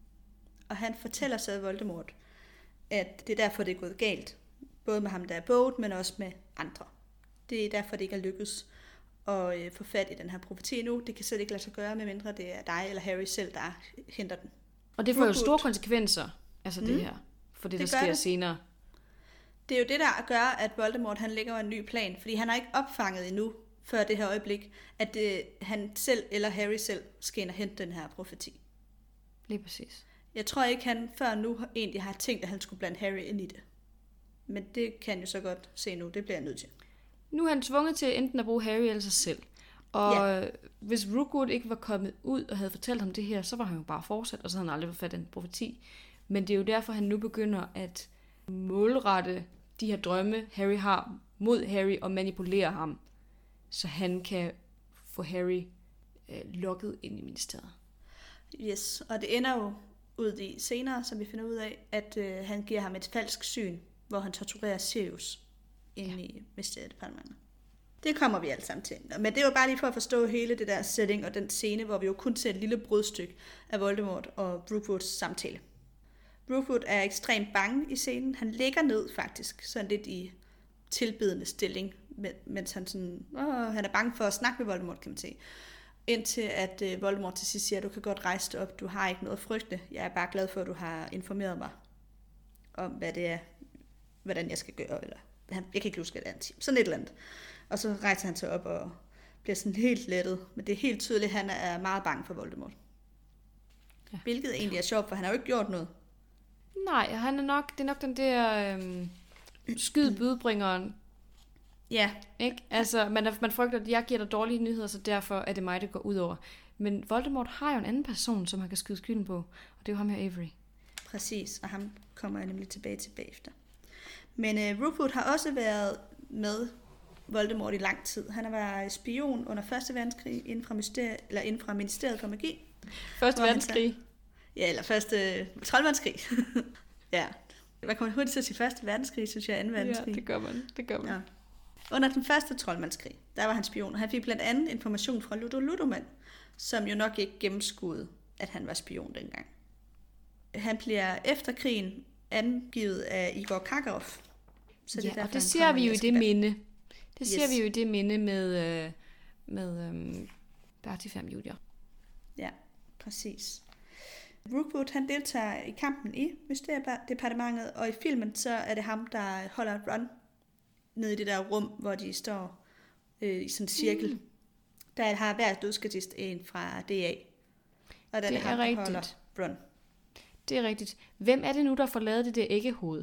Og han fortæller så Voldemort, at det er derfor, det er gået galt. Både med ham, der er Bode, men også med andre. Det er derfor, det ikke er lykkedes at øh, få fat i den her profeti nu. Det kan slet ikke lade sig gøre, medmindre det er dig eller Harry selv, der henter den. Og det får Rookwood. Jo store konsekvenser, altså mm. det her, for det, det der sker det. senere. Det er jo det, der gør, at Voldemort han lægger en ny plan, fordi han har ikke opfanget endnu, før det her øjeblik, at det, han selv eller Harry selv skal ind og hente den her profeti. Lige præcis. Jeg tror ikke, han før nu egentlig har tænkt, at han skulle blande Harry ind i det. Men det kan jeg jo så godt se nu, det bliver jeg nødt til. Nu er han tvunget til enten at bruge Harry eller sig selv. Og ja. Hvis Rookwood ikke var kommet ud og havde fortalt ham det her, så var han jo bare fortsat, og så havde han aldrig fået fat i en profeti. Men det er jo derfor, han nu begynder at målrette de her drømme, Harry har mod Harry, og manipulere ham, så han kan få Harry øh, lukket ind i ministeriet. Yes, og det ender jo ud i senere, som vi finder ud af, at øh, han giver ham et falsk syn, hvor han torturerer Sirius inde ja. i Mysteriedepartementet. Det kommer vi alle sammen til. Men det var bare lige for at forstå hele det der setting og den scene, hvor vi jo kun ser et lille brudstykke af Voldemort og Rookwoods samtale. Rookwood er ekstremt bange i scenen. Han ligger ned faktisk, sådan lidt i tilbedende stilling, mens han, sådan, åh, han er bange for at snakke med Voldemort, kan man sige. Indtil at øh, Voldemort til sidst siger, du kan godt rejse dig op, du har ikke noget at frygte. Jeg er bare glad for, at du har informeret mig om, hvad det er, hvordan jeg skal gøre. Eller, jeg kan ikke huske, hvad det er. Sådan et eller andet. Og så rejser han sig op og bliver sådan helt lettet. Men det er helt tydeligt, at han er meget bange for Voldemort. Ja. Hvilket egentlig er sjovt, for han har jo ikke gjort noget. Nej, han er nok, det er nok den der øhm, skyd budbringeren. Ja. Ikke? Altså, man, er, man frygter, at jeg giver dig dårlige nyheder, så derfor er det mig, det går ud over. Men Voldemort har jo en anden person, som han kan skyde skylden på, og det er jo ham her Avery. Præcis, og ham kommer jeg nemlig tilbage til bagefter. Men øh, Rookwood har også været med Voldemort i lang tid. Han har været spion under første verdenskrig inden fra, mysteri- eller inden fra Ministeriet for Magi. Første verdenskrig? Ja, eller første troldmandskrig. Ja. Man kommer hurtigt til at sige første verdenskrig, synes jeg, anden verdenskrig. Ja, det gør man. Det gør man. Ja. Under den første troldmandskrig, der var han spion, og han fik blandt andet information fra Ludo Ludoman, som jo nok ikke gennemskuede, at han var spion dengang. Han bliver efter krigen angivet af Igor Karkaroff. Så det ja, derfor, og det ser vi jo i det minde. Det yes. ser vi jo i det minde med, med um, Bertifam Junior. Ja, præcis. Rookwood, han deltager i kampen i Mysteriedepartementet, og i filmen så er det ham, der holder et run nede i det der rum, hvor de står øh, i sådan en cirkel. Mm. Der har hver dødsstatist en fra D A. Og der det er, det ham, der holder run. Det er rigtigt. Hvem er det nu, der får lavet det der æggehoved?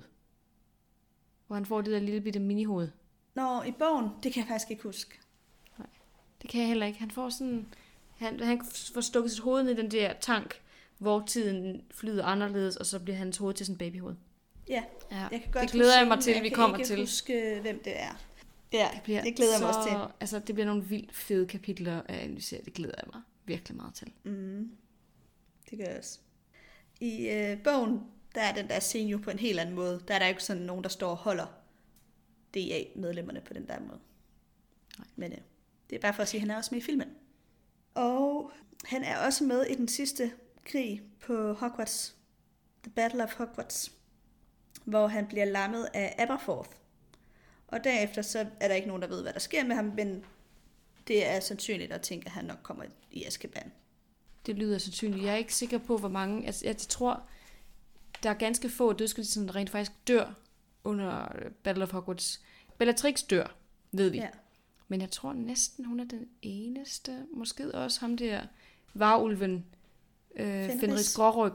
Hvor han får det der lille bitte minihoved? Nå, i bogen, det kan jeg faktisk ikke huske. Nej, det kan jeg heller ikke. Han får sådan, han, han får stukket sit hoved ned i den der tank, hvor tiden flyder anderledes, og så bliver hans hoved til sådan en babyhoved. Ja, ja. Jeg kan godt det glæder huske, jeg mig til, jeg vi kommer til. Jeg kan ikke huske, hvem det er. Ja, det, bliver det glæder jeg mig også til. Altså, det bliver nogle vildt fede kapitler at analysere. Det glæder jeg mig virkelig meget til. Mm, det gør jeg også. I øh, bogen, der er den der scene jo på en helt anden måde. Der er der ikke sådan nogen, der står og holder D A-medlemmerne på den der måde. Nej. Men øh, det er bare for at sige, at han er også med i filmen. Og han er også med i den sidste krig på Hogwarts. The Battle of Hogwarts. Hvor han bliver lammet af Aberforth. Og derefter så er der ikke nogen, der ved, hvad der sker med ham, men det er sandsynligt at tænke, at han nok kommer i Azkaban. Det lyder sandsynligt. Jeg er ikke sikker på, hvor mange... Altså, jeg tror, der er ganske få dødsskridt, der rent faktisk dør under Battle of Hogwarts. Bellatrix dør, ved vi. Ja. Men jeg tror næsten, hun er den eneste. Måske også ham der, varulven, øh, Fenris Gråryg.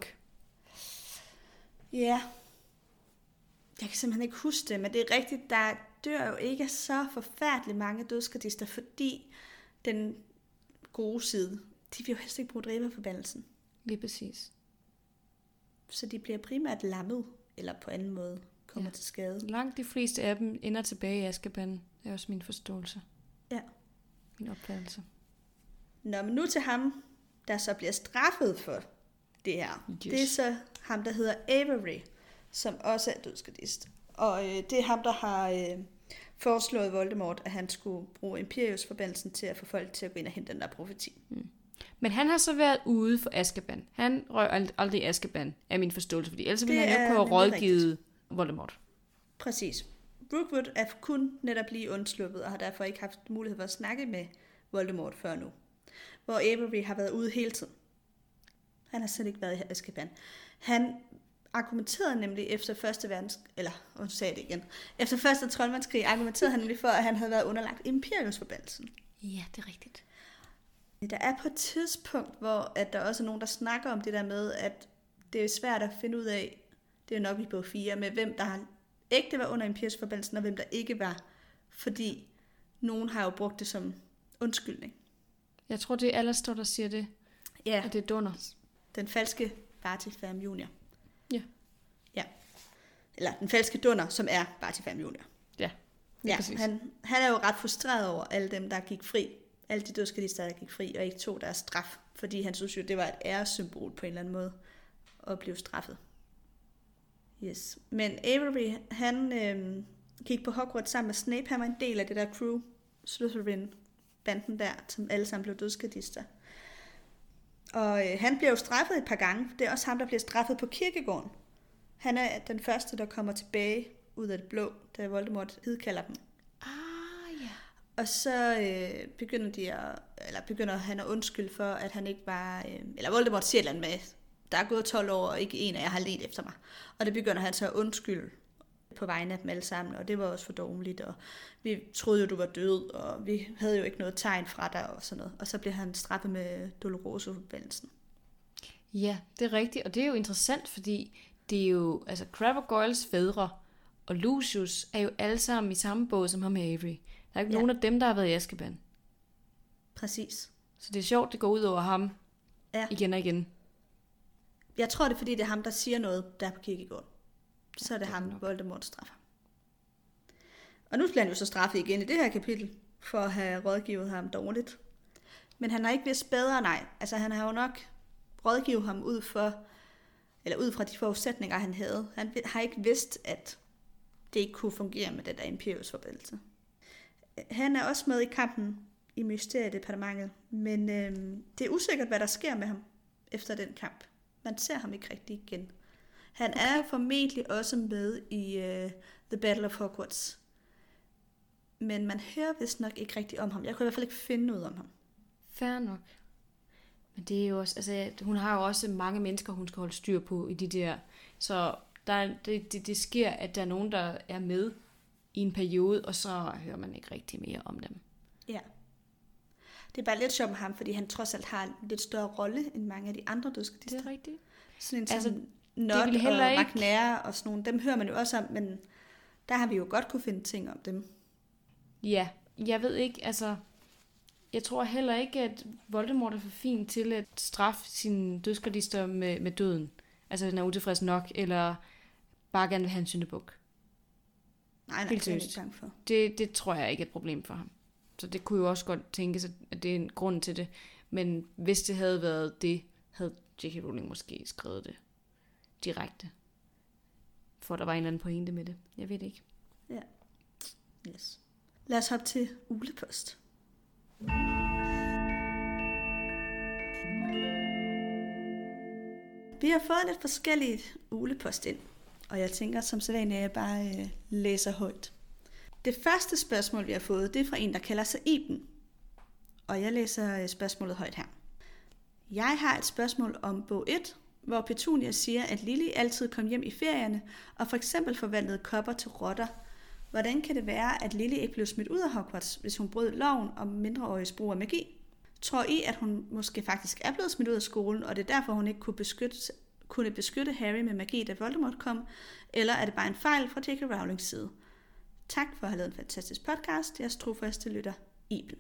Ja. Jeg kan simpelthen ikke huske det, men det er rigtigt, der dør jo ikke så forfærdeligt mange dødsgardister, fordi den gode side, de vil jo helst ikke bruge dræberforbandelsen. Lige præcis. Så de bliver primært lammet, eller på anden måde kommer ja. til skade. Langt de fleste af dem ender tilbage i Azkaban. Det er også min forståelse. Ja. Min opfattelse. Nå, men nu til ham, der så bliver straffet for det her. Yes. Det er så ham, der hedder Avery, som også er dødsgardist. Og øh, det er ham, der har øh, foreslået Voldemort, at han skulle bruge Imperius-forbandelsen til at få folk til at gå ind og hente den der profeti. Mm. Men han har så været ude for Azkaban. Han røg aldrig Azkaban, er min forståelse, fordi ellers ville han jo ikke have rådgivet Voldemort. Præcis. Rookwood er kun netop lige undsluppet, og har derfor ikke haft mulighed for at snakke med Voldemort før nu. Hvor Avery har været ude hele tiden. Han har slet ikke været i Azkaban. Han argumenterede nemlig efter første verdens... Eller, hun sagde det igen. Efter første troldmandskrig argumenterede han nemlig for, at han havde været underlagt Imperius-forbandelsen. Ja, det er rigtigt. Der er på et tidspunkt, hvor at der også er nogen, der snakker om det der med, at det er svært at finde ud af, det er nok i bog fire, med hvem der har ægte var under Imperius-forbandelsen, og hvem der ikke var. Fordi nogen har jo brugt det som undskyldning. Jeg tror, det er Alastor, der siger det. Ja. At det er Dunder. Den falske Barty Fam junior Ja. Ja. Eller den falske Dunder, som er Barty Fam junior Ja, ja han, han er jo ret frustreret over alle dem, der gik fri. Alle de dødskalister, der gik fri, og ikke tog deres straf. Fordi han synes jo, det var et æressymbol på en eller anden måde at blive straffet. Yes. Men Avery, han øh, gik på Hogwarts sammen med Snape. Han var en del af det der crew, Slytherin-banden der, som alle sammen blev dødskalister. Og øh, han blev jo straffet et par gange. Det er også ham, der bliver straffet på kirkegården. Han er den første, der kommer tilbage ud af det blå, da Voldemort hidkalder dem. Ah, ja. Og så øh, begynder de at, eller begynder han at undskylde for, at han ikke var, øh, eller Voldemort siger noget med, der er gået tolv år, og ikke en af jer har ledt efter mig. Og det begynder han så at undskylde på vegne af dem alle sammen, og det var også for dårligt, og vi troede jo, du var død, og vi havde jo ikke noget tegn fra dig, og sådan noget. Og så bliver han straffet med Doloroso-forbandelsen. Ja, det er rigtigt, og det er jo interessant, fordi det er jo, altså Crabbe og Goyles fædre og Lucius er jo alle sammen i samme båd som ham og Avery. Der er ikke ja. nogen af dem, der har været i Azkaban. Præcis. Så det er sjovt, det går ud over ham ja. igen og igen. Jeg tror, det er, fordi det er ham, der siger noget der på kirkegården. Så er det, det ham, Voldemort straffer. Og nu bliver han jo så straffet igen i det her kapitel, for at have rådgivet ham dårligt. Men han har ikke vidst bedre, nej. Altså han har jo nok rådgivet ham ud for, eller ud fra de forudsætninger, han havde. Han har ikke vidst, at det ikke kunne fungere med den der Imperius-forbindelse. Han er også med i kampen i Mysteriedepartementet, men øh, det er usikkert, hvad der sker med ham efter den kamp. Man ser ham ikke rigtig igen. Han okay. er formentlig også med i uh, The Battle of Hogwarts. Men man hører vist nok ikke rigtig om ham. Jeg kunne i hvert fald ikke finde noget om ham. Fair nok. Men det er jo også, altså hun har jo også mange mennesker, hun skal holde styr på i de der. Så der, det, det, det sker, at der er nogen, der er med i en periode, og så hører man ikke rigtig mere om dem. Ja. Det er bare lidt sjovt med ham, fordi han trods alt har en lidt større rolle end mange af de andre dødskalister. Det er rigtigt. Sådan en som altså, Nod og ikke... McNair og sådan nogle, dem hører man jo også om, men der har vi jo godt kunne finde ting om dem. Ja, jeg ved ikke, altså... Jeg tror heller ikke, at Voldemort er for fin til at straffe sine dødsgardister med, med døden. Altså, den er utilfreds nok, eller bare gerne vil have en syndebuk. Nej, nej, det er ikke gang for. Det, det tror jeg ikke er et problem for ham. Så det kunne jo også godt tænkes, at det er en grund til det. Men hvis det havde været det, havde J K Rowling måske skrevet det direkte. For der var en eller anden pointe med det. Jeg ved det ikke. Ja. Yes. Lad os hoppe til ulepost. Vi har fået lidt forskellige ulepost ind, og jeg tænker som sædvanligt, at jeg bare øh, læser højt. Det første spørgsmål, vi har fået, det er fra en, der kalder sig Iben, og jeg læser spørgsmålet højt her. Jeg har et spørgsmål om bog et, hvor Petunia siger, at Lily altid kom hjem i ferierne og for eksempel forvandlede kopper til rotter. Hvordan kan det være, at Lily ikke blev smidt ud af Hogwarts, hvis hun brød loven om mindreåriges brug af magi? Tror I, at hun måske faktisk er blevet smidt ud af skolen, og det er derfor, hun ikke kunne beskytte, kunne beskytte Harry med magi, da Voldemort kom? Eller er det bare en fejl fra J K Rowlings side? Tak for at have lavet en fantastisk podcast. Jeg tror først, det lytter Iben.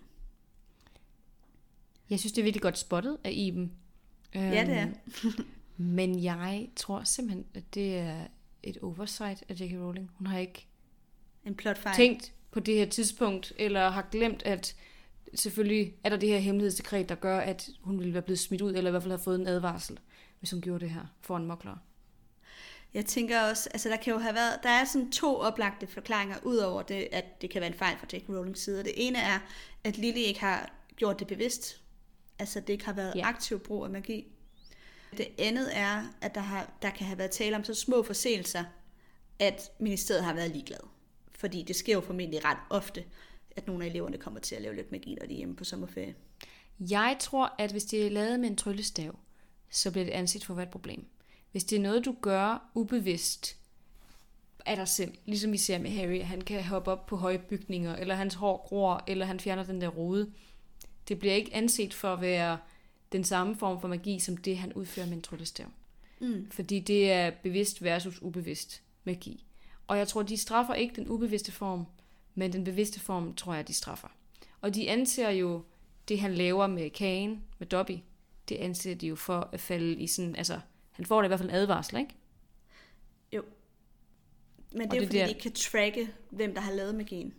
Jeg synes, det er virkelig godt spottet af Iben. Ja, det er. Men jeg tror simpelthen, at det er et oversight af J K Rowling. Hun har ikke en plotfejl. Tænkt på det her tidspunkt, eller har glemt, at selvfølgelig er der det her hemmelighedsdekret, der gør, at hun ville være blevet smidt ud, eller i hvert fald have fået en advarsel, hvis hun gjorde det her foran mokler. Jeg tænker også, altså der kan jo have været, der er sådan to oplagte forklaringer, udover det, at det kan være en fejl fra J K Rowlings side. Det ene er, at Lily ikke har gjort det bevidst. Altså det ikke har været ja. aktiv brug af magi. Det andet er, at der, har, der kan have været tale om så små forseelser, at ministeriet har været ligeglad. Fordi det sker jo formentlig ret ofte, at nogle af eleverne kommer til at lave lidt magi, når de er hjemme på sommerferie. Jeg tror, at hvis det er lavet med en tryllestav, så bliver det anset for at være et problem. Hvis det er noget, du gør ubevidst af dig selv, ligesom vi ser med Harry, han kan hoppe op på høje bygninger, eller hans hår gror, eller han fjerner den der rode. Det bliver ikke anset for at være den samme form for magi, som det, han udfører med en tryllestav. Mm. Fordi det er bevidst versus ubevidst magi. Og jeg tror, de straffer ikke den ubevidste form, men den bevidste form, tror jeg, de straffer. Og de anser jo det det han laver med kagen, med Dobby, det anser de jo for at falde i sådan, altså, han får da i hvert fald en advarsel, ikke? Jo. Men det er det jo fordi, der... de ikke kan tracke, hvem der har lavet magien.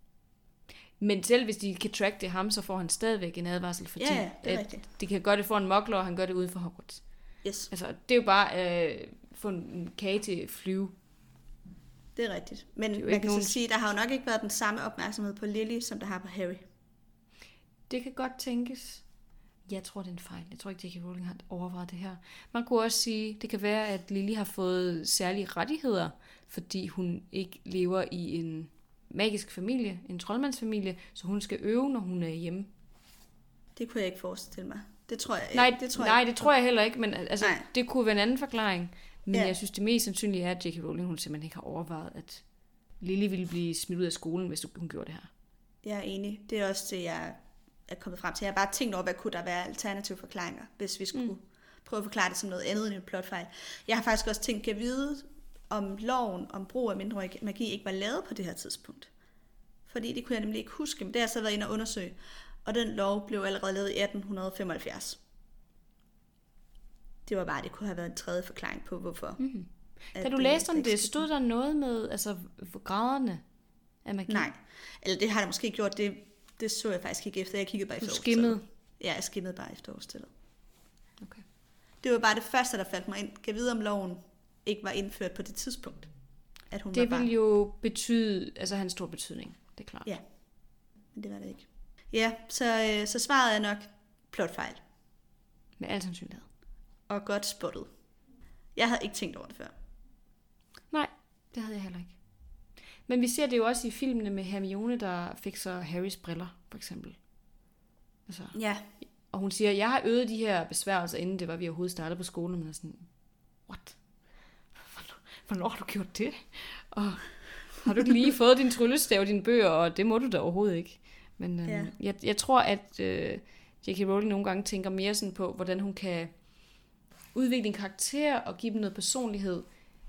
Men selv hvis de kan track det ham, så får han stadigvæk en advarsel, fordi ja, ja, det er at rigtigt. de kan gøre det for en mugler, og han gør det uden for Hogwarts. Yes. Altså, det er jo bare øh, få en kage til at flyve. Det er rigtigt. Men er man kan nogen... så sige, der har jo nok ikke været den samme opmærksomhed på Lily, som der har på Harry. Det kan godt tænkes. Jeg tror, det er en fejl. Jeg tror ikke, J K Rowling har overvejet det her. Man kunne også sige, det kan være, at Lily har fået særlige rettigheder, fordi hun ikke lever i en magisk familie, en troldmandsfamilie, så hun skal øve, når hun er hjemme. Det kunne jeg ikke forestille mig. Det tror jeg nej, ikke. Det tror nej, jeg det tror jeg heller ikke, men altså, det kunne være en anden forklaring. Men ja. jeg synes, det mest sandsynlige er, at J K Rowling hun simpelthen ikke har overvejet, at Lily ville blive smidt ud af skolen, hvis hun gjorde det her. Jeg er enig. Det er også det, jeg er kommet frem til. Jeg har bare tænkt over, hvad kunne der være alternative forklaringer, hvis vi skulle mm. prøve at forklare det som noget andet end en plotfejl. Jeg har faktisk også tænkt at vide, om loven om brug af mindreårig magi ikke var lavet på det her tidspunkt. Fordi det kunne jeg nemlig ikke huske, men det har jeg så været inde og undersøge. Og den lov blev allerede lavet i atten femoghalvfjerds. Det var bare, det kunne have været en tredje forklaring på, hvorfor. Mm-hmm. Da du læste om det, stod der noget med altså, graderne af magi? Nej, eller det har jeg måske gjort, det, det så jeg faktisk ikke efter. Jeg kiggede bare efter årstallet. Du skimmede? Ja, jeg skimmede bare efter årstallet. Okay. Det var bare det første, der faldt mig ind. Kan jeg vide, om loven ikke var indført på det tidspunkt, at hun det var ville jo betyde, altså have en stor betydning, det er klart. Ja, men det var det ikke. Ja, så, så svaret er nok plotfejl. Med al sandsynlighed. Og godt spottet. Jeg havde ikke tænkt over det før. Nej, det havde jeg heller ikke. Men vi ser det jo også i filmene med Hermione, der fikser Harrys briller, for eksempel. Altså, ja. Og hun siger, jeg har øvet de her besværgelser, inden det var, vi overhovedet startede på skolen. Men er sådan, what? Hvornår har du gjort det? Og har du ikke lige fået din tryllestav og dine bøger, og det må du da overhovedet ikke. Men øhm, ja. jeg, jeg tror, at øh, J K Rowling nogle gange tænker mere sådan på, hvordan hun kan udvikle en karakter og give dem noget personlighed.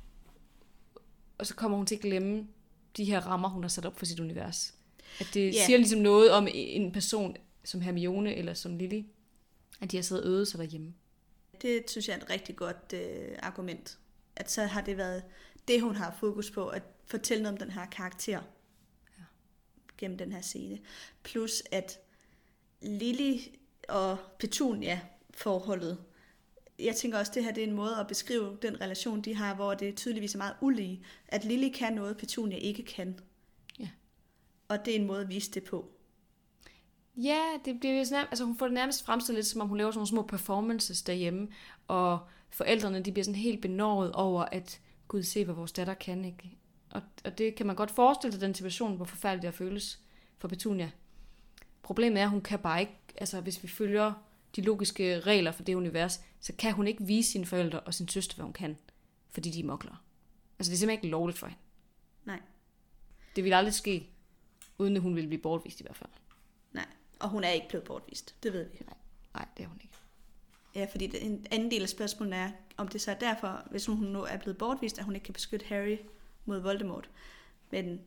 Og så kommer hun til at glemme de her rammer, hun har sat op for sit univers. At det yeah. siger ligesom noget om en person som Hermione eller som Lily, at de har siddet og øvet sig derhjemme. Det synes jeg er et rigtig godt øh, argument. At så har det været det, hun har fokus på, at fortælle noget om den her karakter ja. gennem den her scene. Plus at Lily og Petunia-forholdet, jeg tænker også, at det her det er en måde at beskrive den relation, de har, hvor det tydeligvis er meget ulige. At Lily kan noget, Petunia ikke kan. Ja. Og det er en måde at vise det på. Ja, det bliver nærmest, altså hun får det nærmest fremstillet lidt, som om hun laver sådan nogle små performances derhjemme, og forældrene de bliver sådan helt benåret over, at Gud se, hvad vores datter kan, ikke? Og, og det kan man godt forestille sig, den situation, hvor forfærdeligt det føles for Petunia. Problemet er, at hun kan bare ikke, altså hvis vi følger de logiske regler for det univers, så kan hun ikke vise sine forældre og sin søster, hvad hun kan, fordi de er mugglere. Altså det er simpelthen ikke lovligt for hende. Nej. Det vil aldrig ske, uden at hun ville blive bortvist i hvert fald. Nej, og hun er ikke blevet bortvist, det ved vi. Nej, Nej det er hun ikke. Ja, fordi en anden del af spørgsmålet er, om det så er derfor, hvis hun nu er blevet bortvist, at hun ikke kan beskytte Harry mod Voldemort. Men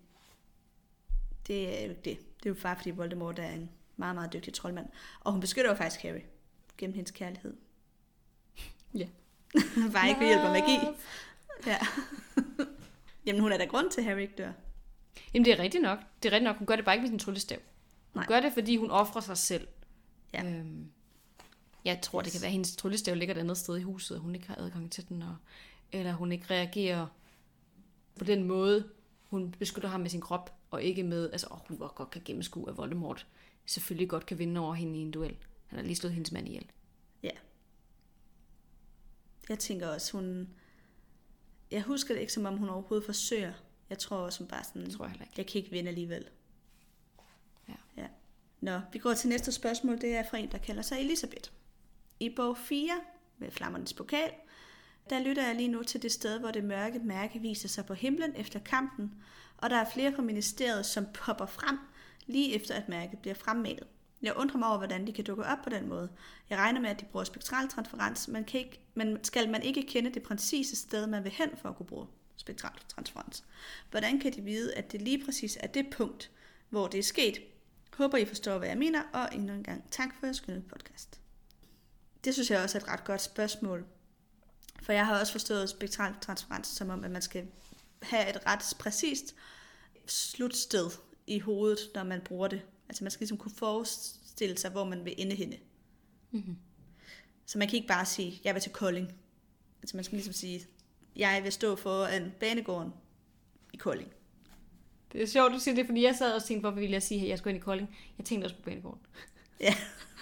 det er jo ikke det. Det er jo bare fordi Voldemort er en meget, meget dygtig troldmand. Og hun beskytter jo faktisk Harry gennem hendes kærlighed. Ja. Bare ikke ved hjælp af magi. Ja. Jamen hun er da grund til, at Harry ikke dør. Jamen det er rigtigt nok. Det er rigtigt nok. Hun gør det bare ikke med sin tryllestav. Hun Nej. gør det, fordi hun offrer sig selv. Ja. Øhm, jeg tror, yes. det kan være, at hendes tryllestav ligger et andet sted i huset, og hun ikke har adgang til den, og, eller hun ikke reagerer på den måde, hun beskytter ham med sin krop, og ikke med, altså, åh, hun godt kan gennemskue, at Voldemort selvfølgelig godt kan vinde over hende i en duel. Han har lige slået hendes mand ihjel. Ja. Jeg tænker også, hun... Jeg husker det ikke, som om hun overhovedet forsøger. Jeg tror også, hun bare sådan... Det tror jeg heller ikke. Jeg kan ikke vinde alligevel. Ja. Ja. Nå, vi går til næste spørgsmål. Det er fra en, der kalder sig Elisabeth. I bog fire, med Flammernes Pokal, der lytter jeg lige nu til det sted, hvor det mørke mærke viser sig på himlen efter kampen, og der er flere fra ministeriet, som popper frem, lige efter at mærket bliver fremmalet. Jeg undrer mig over, hvordan de kan dukke op på den måde. Jeg regner med, at de bruger spektraltransferens, men, kan ikke, men skal man ikke kende det præcise sted, man vil hen for at kunne bruge spektraltransferens? Hvordan kan de vide, at det lige præcis er det punkt, hvor det er sket? Håber, I forstår, hvad jeg mener, og endnu en gang tak for jeres skønne podcast. Det synes jeg også er et ret godt spørgsmål. For jeg har også forstået spektral transferens som om, at man skal have et ret præcist slutsted i hovedet, når man bruger det. Altså man skal ligesom kunne forestille sig, hvor man vil ende henne. Mm-hmm. Så man kan ikke bare sige, jeg vil til Kolding. Altså man skal ligesom sige, jeg vil stå foran banegården i Kolding. Det er sjovt, du siger det, fordi jeg sad og tænkte, hvorfor ville jeg sige, at jeg skulle ind i Kolding. Jeg tænkte også på banegården. Ja.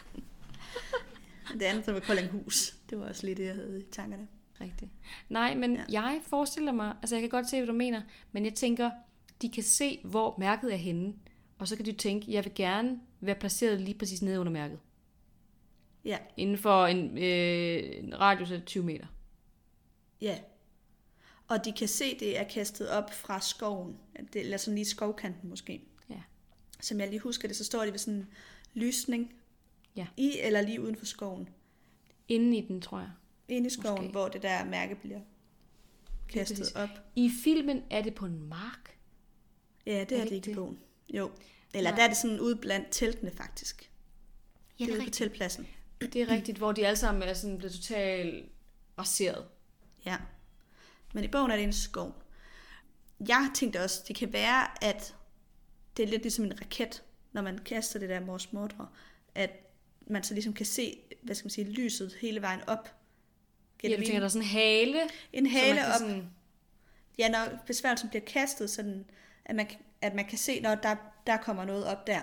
Det andet, der var Koldinghus. Det var også lige det, jeg havde i tankerne. Rigtigt. Nej, men ja. Jeg forestiller mig, altså jeg kan godt se, hvad du mener, men jeg tænker, de kan se, hvor mærket er henne, og så kan de tænke, jeg vil gerne være placeret lige præcis nede under mærket. Ja. Inden for en, øh, en radius af tyve meter. Ja. Og de kan se, det er kastet op fra skoven, det, eller sådan lige skovkanten måske. Ja. Som jeg lige husker det, så står de ved sådan en lysning ja. i eller lige uden for skoven. Inden i den, tror jeg. Inde i skoven, måske. Hvor det der mærke bliver kastet det op. I filmen er det på en mark? Ja, det er, er det, det ikke i bogen. Jo. Eller Nej. Der er det sådan ude blandt teltene faktisk. Ja, det er, det er på teltpladsen. Det er rigtigt, hvor de alle sammen er sådan blevet totalt raseret. Ja. Men i bogen er det en skov. Jeg tænkte også, det kan være, at det er lidt ligesom en raket, når man kaster det der Mors Mordre, at man så ligesom kan se, hvad skal man sige, lyset hele vejen op. Ja, du tænker, der er sådan en hale? En hale op. Sådan... Ja, når besværgelsen bliver kastet, sådan, at, man, at man kan se, når der, der kommer noget op der.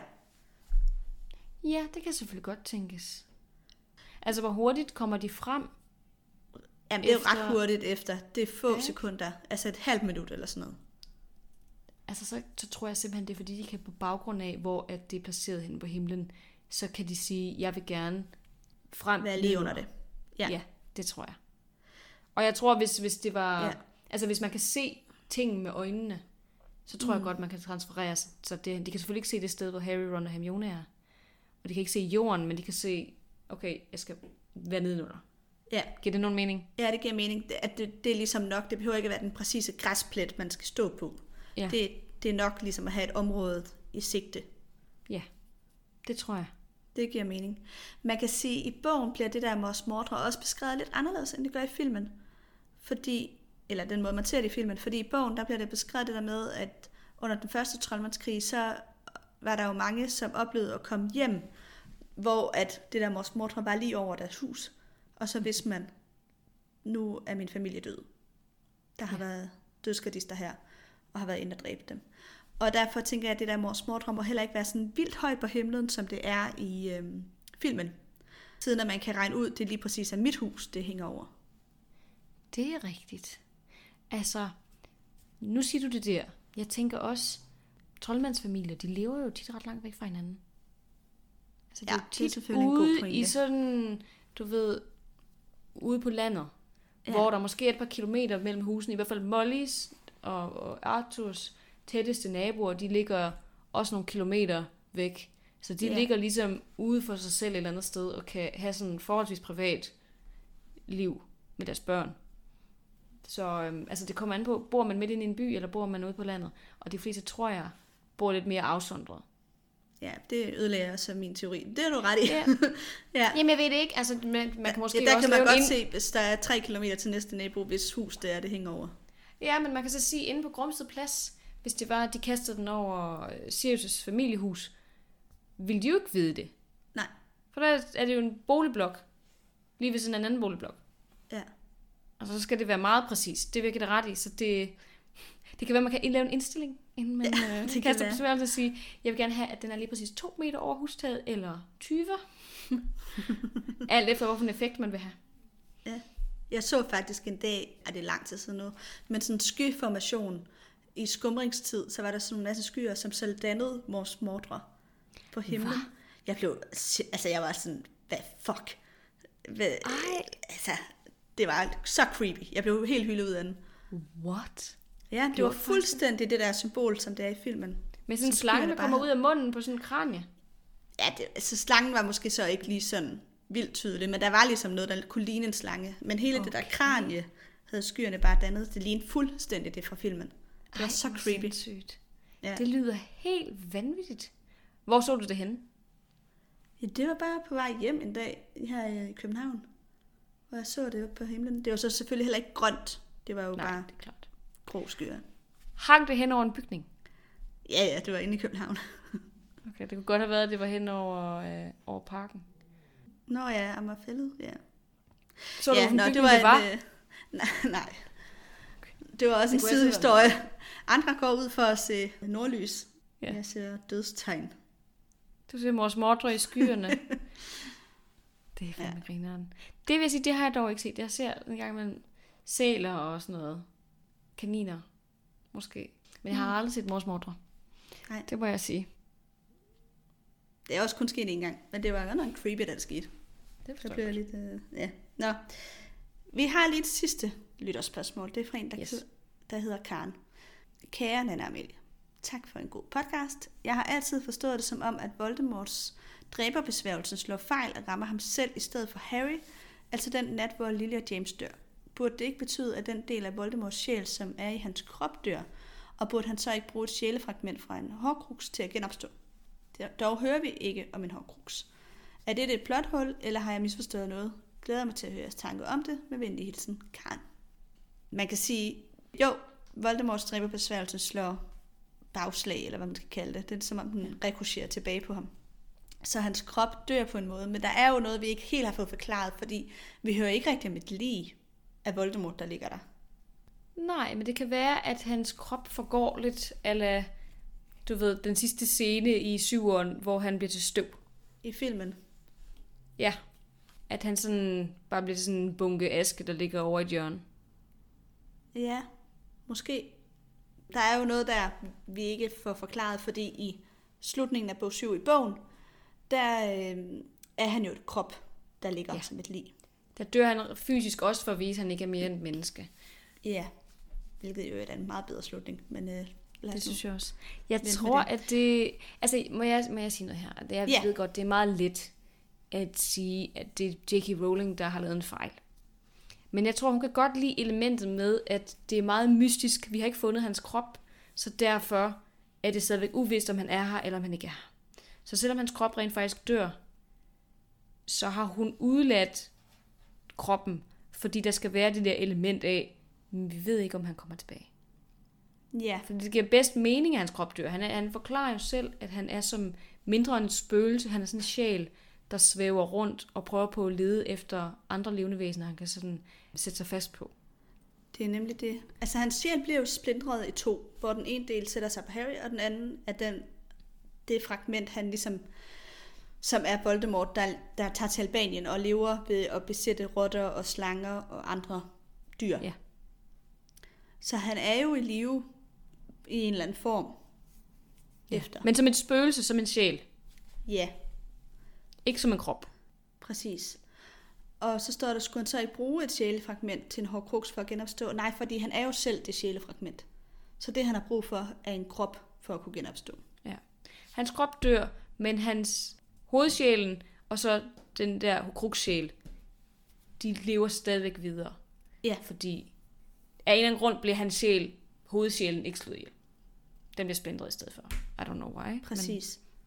Ja, det kan selvfølgelig godt tænkes. Altså, hvor hurtigt kommer de frem? Jamen, det er efter... jo ret hurtigt efter. Det er få ja. sekunder. Altså et halvt minut eller sådan noget. Altså, så, så tror jeg simpelthen, det er fordi, de kan på baggrund af, hvor at det er placeret henne på himlen, så kan de sige, jeg vil gerne frem. Være lige under det. Ja. ja, det tror jeg. Og jeg tror, hvis, hvis det var... Ja. Altså, hvis man kan se ting med øjnene, så tror mm. jeg godt, man kan transferere sig. Så det, de kan selvfølgelig ikke se det sted, hvor Harry, Ron og Hermione er. Og de kan ikke se jorden, men de kan se, okay, jeg skal være nedenunder. Ja. Giver det nogen mening? Ja, det giver mening. At det, det er ligesom nok. Det behøver ikke at være den præcise græsplet, man skal stå på. Ja. Det, det er nok ligesom at have et område i sigte. Ja, det tror jeg. Det giver mening. Man kan sige, at i bogen bliver det der Mors Mordre også beskrevet lidt anderledes, end det gør i filmen. Fordi, eller den måde, man ser det i filmen. Fordi i bogen, der bliver det beskrevet det der med, at under den første troldmandskrig, så var der jo mange, som oplevede at komme hjem, hvor at det der Mors Mordre var lige over deres hus. Og så vidste man, nu er min familie død. Der har ja. været dødsgardister her, og har været inde og dræbe dem. Og derfor tænker jeg, at det der Mors Mordre må heller ikke være sådan vildt højt på himlen, som det er i øhm, filmen. Siden at man kan regne ud, det er lige præcis af mit hus, det hænger over. Det er rigtigt. Altså, nu siger du det der. Jeg tænker også, troldmandsfamilier, de lever jo tit ret langt væk fra hinanden. Altså, det ja, er tit det er selvfølgelig en god pointe. I sådan, du ved, ude på landet, ja. hvor der måske er et par kilometer mellem husene, i hvert fald Mollys og, og Arthurs tætteste naboer, de ligger også nogle kilometer væk. Så de ja. ligger ligesom ude for sig selv et eller andet sted, og kan have sådan en forholdsvis privat liv med deres børn. Så øhm, altså det kommer an på, bor man midt inde i en by, eller bor man ude på landet? Og de fleste, tror jeg, bor lidt mere afsondret. Ja, det ødelægger også min teori. Det er du ret i. Ja. ja. Jamen jeg ved det ikke. Altså, man, man kan måske ja, der også kan man godt ind... se, hvis der er tre kilometer til næste nabo, hvis hus det er, det hænger over. Ja, men man kan så sige, inde på Grumsted Plads, hvis det var, at de kastede den over Sirius' familiehus, ville de jo ikke vide det. Nej. For der er det jo en boligblok, lige ved sådan en anden boligblok. Ja. Og så skal det være meget præcist. Det vil jeg give dig ret i. Så det, det kan være, man kan lave en indstilling, inden man ja, øh, kaster på sværelsen og sige, jeg vil gerne have, at den er lige præcis to meter over hustaget, eller tyve. Alt efter, hvilken effekt man vil have. Ja. Jeg så faktisk en dag, at det er lang tid siden nu, men sådan en skyformation i skumringstid, så var der sådan en masse skyer, som selv dannede Mors Mordre på himlen. Hva? Jeg blev, altså jeg var sådan, hvad fuck? Hvad, altså, det var så creepy. Jeg blev helt hyldet ud af den. What? Ja, det, det var, var fuldstændig det der symbol, som det er i filmen. Med sådan en slange, der kommer ud af munden på sådan en kranje. Ja, det, altså slangen var måske så ikke lige sådan vildt tydelig, men der var ligesom noget, der kunne ligne en slange. Men hele okay. det der kranje havde skyerne bare dannet. Det lignede fuldstændig det fra filmen. Det var Ej, så creepy. Ja. Det lyder helt vanvittigt. Hvor så du det henne? Ja, det var bare på vej hjem en dag her i København, hvor jeg så det oppe på himlen. Det var så selvfølgelig heller ikke grønt. Det var jo Nej, bare det er klart. grå skyer. Hang det hen over en bygning? Ja, ja, det var inde i København. Okay, det kunne godt have været, at det var hen over, øh, over parken. Nå ja, Amagerfælled, ja. Så du, ja, hvilken nå, bygning det var, det var? en, øh, nej, nej. Det var også Det en kunne jeg sidehistorie. Andre går ud for at se nordlys. Ja. Jeg ser dødstegn. Du ser Mors Mordre i skyerne. Det er fandme ja. Grineren. Det vil jeg sige, det har jeg dog ikke set. Jeg ser en gang med sæler og sådan noget. Kaniner, måske. Men jeg har aldrig set Mors Mordre. Nej. Det må jeg sige. Det er også kun sket en gang, men det var godt nok creepy, da det skete. Det Så blev jeg lidt... Øh, ja. Nå. Vi har lige et sidste lytterspørgsmål. Det er fra en, der, yes. der hedder Karen. Kære Nanna Amelie, tak for en god podcast. Jeg har altid forstået det som om, at Voldemorts dræberbesværgelsen slår fejl og rammer ham selv i stedet for Harry, altså den nat, hvor Lily og James dør. Burde det ikke betyde, at den del af Voldemorts sjæl, som er i hans krop, dør, og burde han så ikke bruge et sjælefragment fra en horcrux til at genopstå? Dog hører vi ikke om en horcrux. Er det et plothul, eller har jeg misforstået noget? Glæder mig til at høre jeres tanker om det. Med venlig hilsen, Karen. Man kan sige, jo, Voldemorts dræberbesværgelse slår bagslag, eller hvad man skal kalde det. Det er som om den rekrutcherer tilbage på ham. Så hans krop dør på en måde, men der er jo noget, vi ikke helt har fået forklaret, fordi vi hører ikke rigtig om et lig af Voldemort, der ligger der. Nej, men det kan være, at hans krop forgår lidt, eller du ved, den sidste scene i syveren, hvor han bliver til støv. I filmen? Ja, at han sådan bare bliver sådan en bunke aske, der ligger over i et hjørne. Ja, måske. Der er jo noget der, vi ikke får forklaret, fordi i slutningen af bog syv i bogen, der øh, er han jo et krop, der ligger ja. som et lig. Der dør han fysisk også for at vise, at han ikke er mere end et menneske. Ja, hvilket jo er en meget bedre slutning, men øh, det synes jeg også. Jeg tror, det. at det... Altså, må jeg, må jeg sige noget her? Jeg ja. ved godt, det er meget let at sige, at det er J K Rowling, der har lavet en fejl. Men jeg tror, hun kan godt lide elementet med, at det er meget mystisk. Vi har ikke fundet hans krop, så derfor er det stadigvæk uvist, om han er her, eller om han ikke er her. Så selvom hans krop rent faktisk dør, så har hun udladt kroppen, fordi der skal være det der element af, men vi ved ikke, om han kommer tilbage. Ja. Fordi det giver bedst mening, at hans krop dør. Han, er, han forklarer jo selv, at han er som mindre end et spøgelse. Han er sådan en sjæl, der svæver rundt og prøver på at lede efter andre levende væsener, han kan sådan sætte sig fast på. Det er nemlig det. Altså hans sjæl bliver jo splintret i to, hvor den ene del sætter sig på Harry, og den anden er den, det fragment, han ligesom, som er Voldemort, der, der tager til Albanien og lever ved at besætte rotter og slanger og andre dyr. Ja. Så han er jo i live i en eller anden form ja. efter. Men som et spøgelse, som en sjæl. Ja. Ikke som en krop. Præcis. Og så står der, skulle han så ikke bruge et sjælefragment til en horcrux for at genopstå? Nej, fordi han er jo selv det sjælefragment. Så det, han har brug for, er en krop for at kunne genopstå. Ja. Hans krop dør, men hans hovedsjælen og så den der horcrux-sjæl, de lever stadigvæk videre. Ja. Fordi af en eller anden grund bliver hans sjæl, hovedsjælen, ikke slået ihjel. Den bliver splintret i stedet for. I don't know why. Præcis. Men...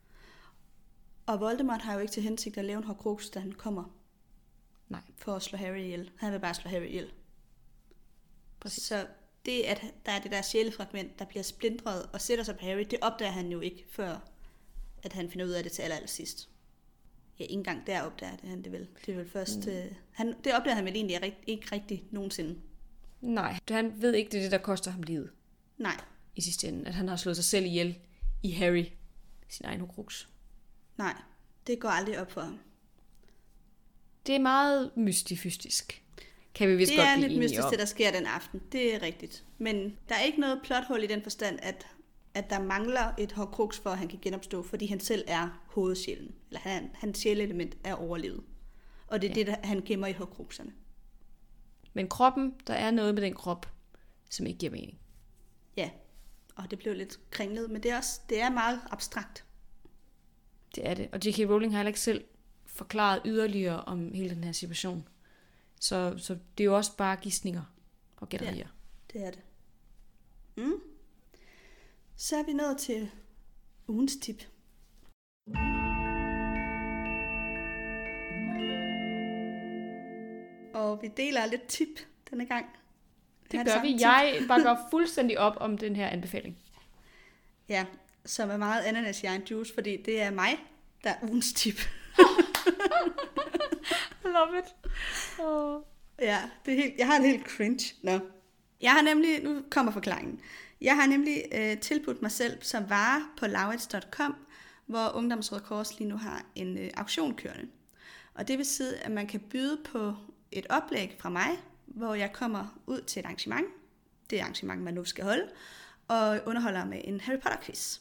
Og Voldemort har jo ikke til hensigt at lave en horcrux, da han kommer. Nej. For at slå Harry ihjel. Han vil bare slå Harry ihjel. Præcis. Så det, at der er det der sjælefragment, der bliver splintret og sætter sig på Harry, det opdager han jo ikke, før at han finder ud af det til aller, aller sidst. Ja, ikke engang der opdager det han det vel. Det er vel først... Mm. Øh, han, det opdager han vel egentlig ikke rigtig nogensinde. Nej, han ved ikke, det er det, der koster ham livet. Nej. I sidste ende, at han har slået sig selv ihjel i Harry, sin egen horcrux. Nej, det går aldrig op for ham. Det er meget mystifystisk. Kan vi vist godt blive enige om. Det er lidt mystisk, det der sker den aften. Det er rigtigt. Men der er ikke noget plothul i den forstand, at, at der mangler et horcrux for, at han kan genopstå, fordi han selv er hovedsjælen. Eller han, hans sjælelement er overlevet. Og det er ja. det, der, han gemmer i horcruxerne. Men kroppen, der er noget med den krop, som ikke giver mening. Ja, og det blev lidt kringlet, men det er, også, det er meget abstrakt. Det er det. Og J K Rowling har heller ikke selv forklaret yderligere om hele den her situation. Så, så det er jo også bare gidsninger og gætterier. Ja, det er det. Mm. Så er vi nået til ugens tip. hvor vi deler lidt tip denne gang. Det gør vi. Jeg bakker fuldstændig op om den her anbefaling. Ja, som er meget ananas i egen juice, fordi det er mig, der er ugens tip. Love it. Oh. Ja, det er helt, jeg har en helt cringe. Nå. Jeg har nemlig, nu kommer forklaringen. Jeg har nemlig øh, tilbudt mig selv som vare på laurits punktum com, hvor Ungdomsrøde Kors lige nu har en øh, auktion kørende. Og det vil sige, at man kan byde på et oplæg fra mig, hvor jeg kommer ud til et arrangement, det arrangement, man nu skal holde, og underholder med en Harry Potter-quiz.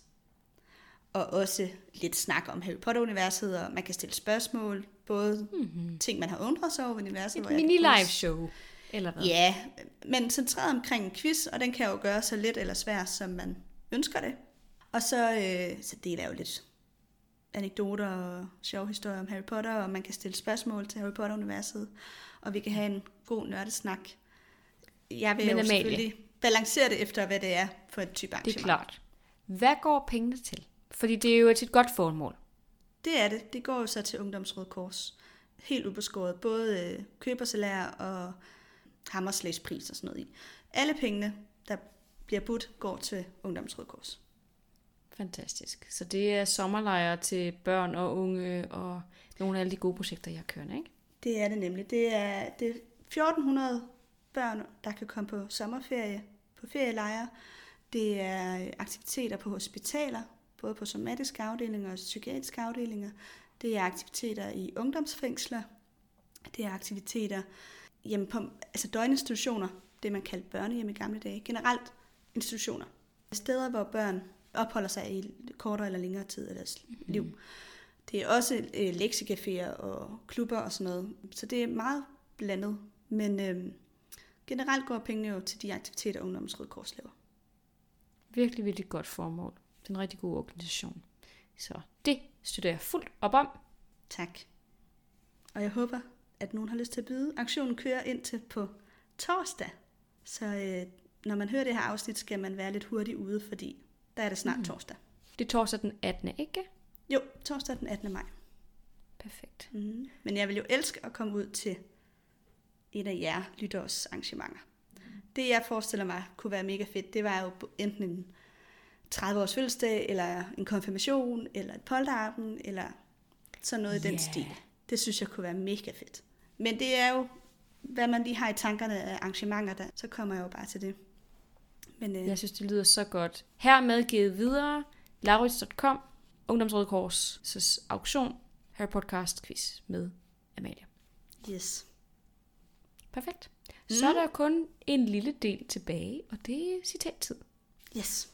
Og også lidt snak om Harry Potter-universet, og man kan stille spørgsmål, både mm-hmm. ting, man har undret sig over universet. Et mini-live-show, eller hvad? Ja, men centreret omkring en quiz, og den kan jo gøre så let eller svært, som man ønsker det. Og så, øh, så deler jeg jo lidt anekdoter og sjove historier om Harry Potter, og man kan stille spørgsmål til Harry Potter-universet, og vi kan have en god nørdesnak. Jeg vil men jo Amalie, selvfølgelig balancere det efter, hvad det er for et type arrangement. Det er klart. Hvad går pengene til? Fordi det er jo et godt formål. Det er det. Det går jo så til Ungdomsrøde Kors. Helt ubeskåret. Både købersalær og hammerslagspris og sådan noget i. Alle pengene, der bliver budt, går til Ungdomsrøde Kors. Fantastisk. Så det er sommerlejre til børn og unge og nogle af alle de gode projekter, jeg kører, ikke? Det er det nemlig. Det er, det er fjorten hundrede børn, der kan komme på sommerferie, på ferielejre. Det er aktiviteter på hospitaler, både på somatiske afdelinger og psykiatriske afdelinger. Det er aktiviteter i ungdomsfængsler. Det er aktiviteter hjemme på, altså døgninstitutioner, det man kaldte børnehjem i gamle dage. Generelt institutioner. Steder, hvor børn opholder sig i kortere eller længere tid af deres liv. Mm. Det er også øh, lektiecaféer og klubber og sådan noget. Så det er meget blandet. Men øh, generelt går pengene jo til de aktiviteter, Ungdommens Kors laver. Virkelig, virkelig godt formål. Det er en rigtig god organisation. Så det støtter jeg fuldt op om. Tak. Og jeg håber, at nogen har lyst til at byde. Aktionen kører indtil på torsdag. Så øh, når man hører det her afsnit, skal man være lidt hurtig ude, fordi der er det snart mm. torsdag. Det er torsdag den attende, ikke? Jo, torsdag den attende maj. Perfekt. Mm. Men jeg vil jo elske at komme ud til et af jer lytteres arrangementer. Mm. Det jeg forestiller mig kunne være mega fedt, det var jo enten en tredive års fødselsdag, eller en konfirmation, eller et polterappen, eller sådan noget yeah. i den stil. Det synes jeg kunne være mega fedt. Men det er jo, hvad man lige har i tankerne af arrangementer, der, så kommer jeg jo bare til det. Men, øh... Jeg synes, det lyder så godt. Hermed givet videre, laurits punktum com, Ungdomsrøde Kors' auktion, Harry Podcast quiz med Amalie. Yes. Perfekt. Mm. Så er der kun en lille del tilbage, og det er citattid. Yes.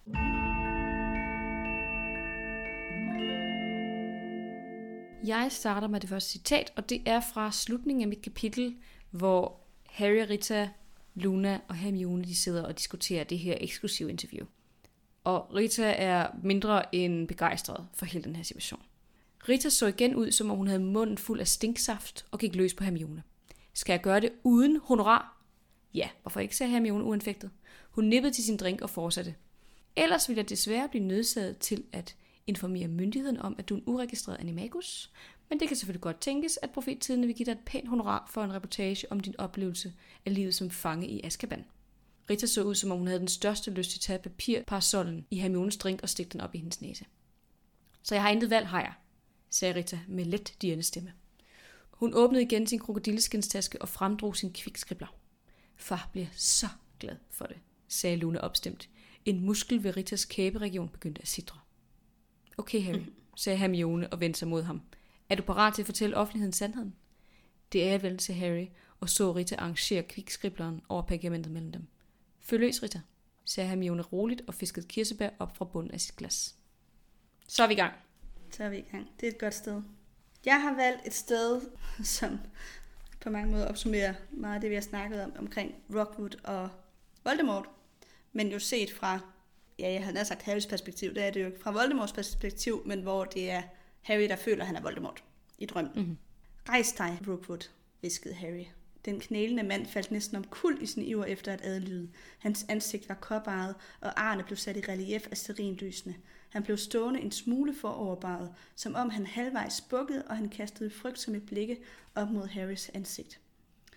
Jeg starter med det første citat, og det er fra slutningen af mit kapitel, hvor Harry, Rita, Luna og Hermione de sidder og diskuterer det her eksklusive interview. Og Rita er mindre end begejstret for hele den her situation. Rita så igen ud, som om hun havde munden fuld af stinksaft og gik løs på Hermione. Skal jeg gøre det uden honorar? Ja, hvorfor ikke, sagde Hermione uanfægtet. Hun nippede til sin drink og fortsatte. Ellers vil jeg desværre blive nødsaget til at informere myndigheden om, at du er en uregistreret animagus, men det kan selvfølgelig godt tænkes, at profettidene vil give dig et pænt honorar for en reportage om din oplevelse af livet som fange i Azkaban. Rita så ud, som om hun havde den største lyst til at tage papirparasollen i Hermiones drink og stikke den op i hendes næse. Så jeg har intet valg, har jeg, sagde Rita med let dirrende stemme. Hun åbnede igen sin krokodilleskinstaske og fremdrog sin kvikskribler. Far bliver så glad for det, sagde Luna opstemt. En muskel ved Ritas kæberegion begyndte at sidre. Okay, Harry, sagde Hermione og vendte sig mod ham. Er du parat til at fortælle offentligheden sandheden? Det er jeg vel, sagde Harry, og så Rita arrangere kvikskribleren over pergamentet mellem dem. Følg løs, Rita, sagde Hermione roligt og fiskede kirsebær op fra bunden af sit glas. Så er vi i gang. Så er vi i gang. Det er et godt sted. Jeg har valgt et sted, som på mange måder opsummerer meget af det, vi har snakket om, omkring Rockwood og Voldemort. Men jo set fra, ja, jeg havde nær sagt Harrys perspektiv, det er det jo ikke fra Voldemorts perspektiv, men hvor det er Harry, der føler, at han er Voldemort i drømmen. Mm-hmm. Rejs dig, Rookwood, hviskede Harry. Den knælende mand faldt næsten omkuld i sin iver efter at adlyde. Hans ansigt var kopparret, og arne blev sat i relief af stearinlysene. Han blev stående en smule foroverbaret, som om han halvvejs spukkede, og han kastede frygtsomme blikke op mod Harrys ansigt.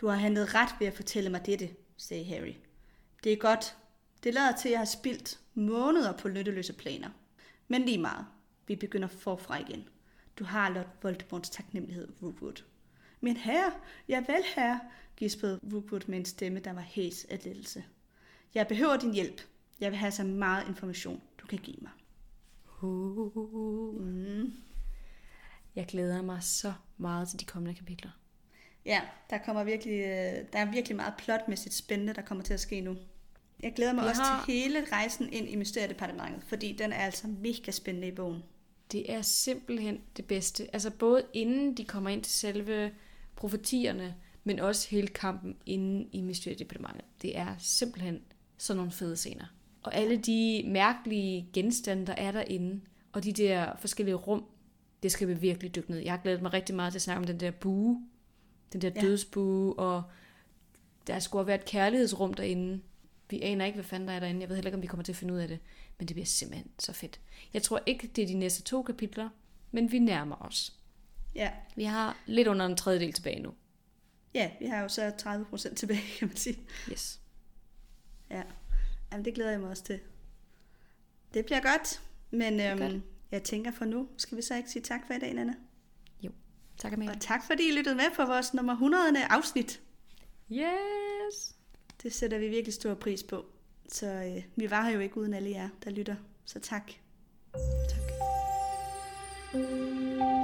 Du har handlet ret ved at fortælle mig dette, sagde Harry. Det er godt. Det lader til, at jeg har spildt måneder på nytteløse planer. Men lige meget. Vi begynder forfra igen. Du har Lord Voldemorts taknemmelighed, Rookwood. Men herre, ja vel herre, gispede Rookwood med en stemme, der var hæs af lettelse. Jeg behøver din hjælp. Jeg vil have så meget information, du kan give mig. Uh. Mm. Jeg glæder mig så meget til de kommende kapitler. Ja, der kommer virkelig, der er virkelig meget plotmæssigt spændende, der kommer til at ske nu. Jeg glæder mig jeg også har... til hele rejsen ind i Mysteriedepartementet, fordi den er altså mega spændende i bogen. Det er simpelthen det bedste. Altså både inden de kommer ind til selve profetierne, men også hele kampen inde i Mysteriedepartementet. Det er simpelthen sådan nogle fede scener. Og alle de mærkelige genstande, der er derinde, og de der forskellige rum, det skal vi virkelig dykke ned. Jeg har glædet mig rigtig meget til at snakke om den der bue, den der ja. dødsbue, og der skulle være et kærlighedsrum derinde. Vi aner ikke, hvad fanden der er derinde. Jeg ved heller ikke, om vi kommer til at finde ud af det. Men det bliver simpelthen så fedt. Jeg tror ikke, det er de næste to kapitler, men vi nærmer os. Ja. Vi har lidt under en tredjedel tilbage nu. Ja, vi har jo så tredive procent tilbage, kan man sige. Yes. Ja, jamen, det glæder jeg mig også til. Det bliver godt, men øhm, godt. Jeg tænker for nu, skal vi så ikke sige tak for i dag, Nanna? Jo, tak Amalie. Og tak fordi I lyttede med på vores nummer hundrede afsnit. Yes! Det sætter vi virkelig stor pris på. Så øh, vi var her jo ikke uden alle jer, der lytter. Så tak. Tak.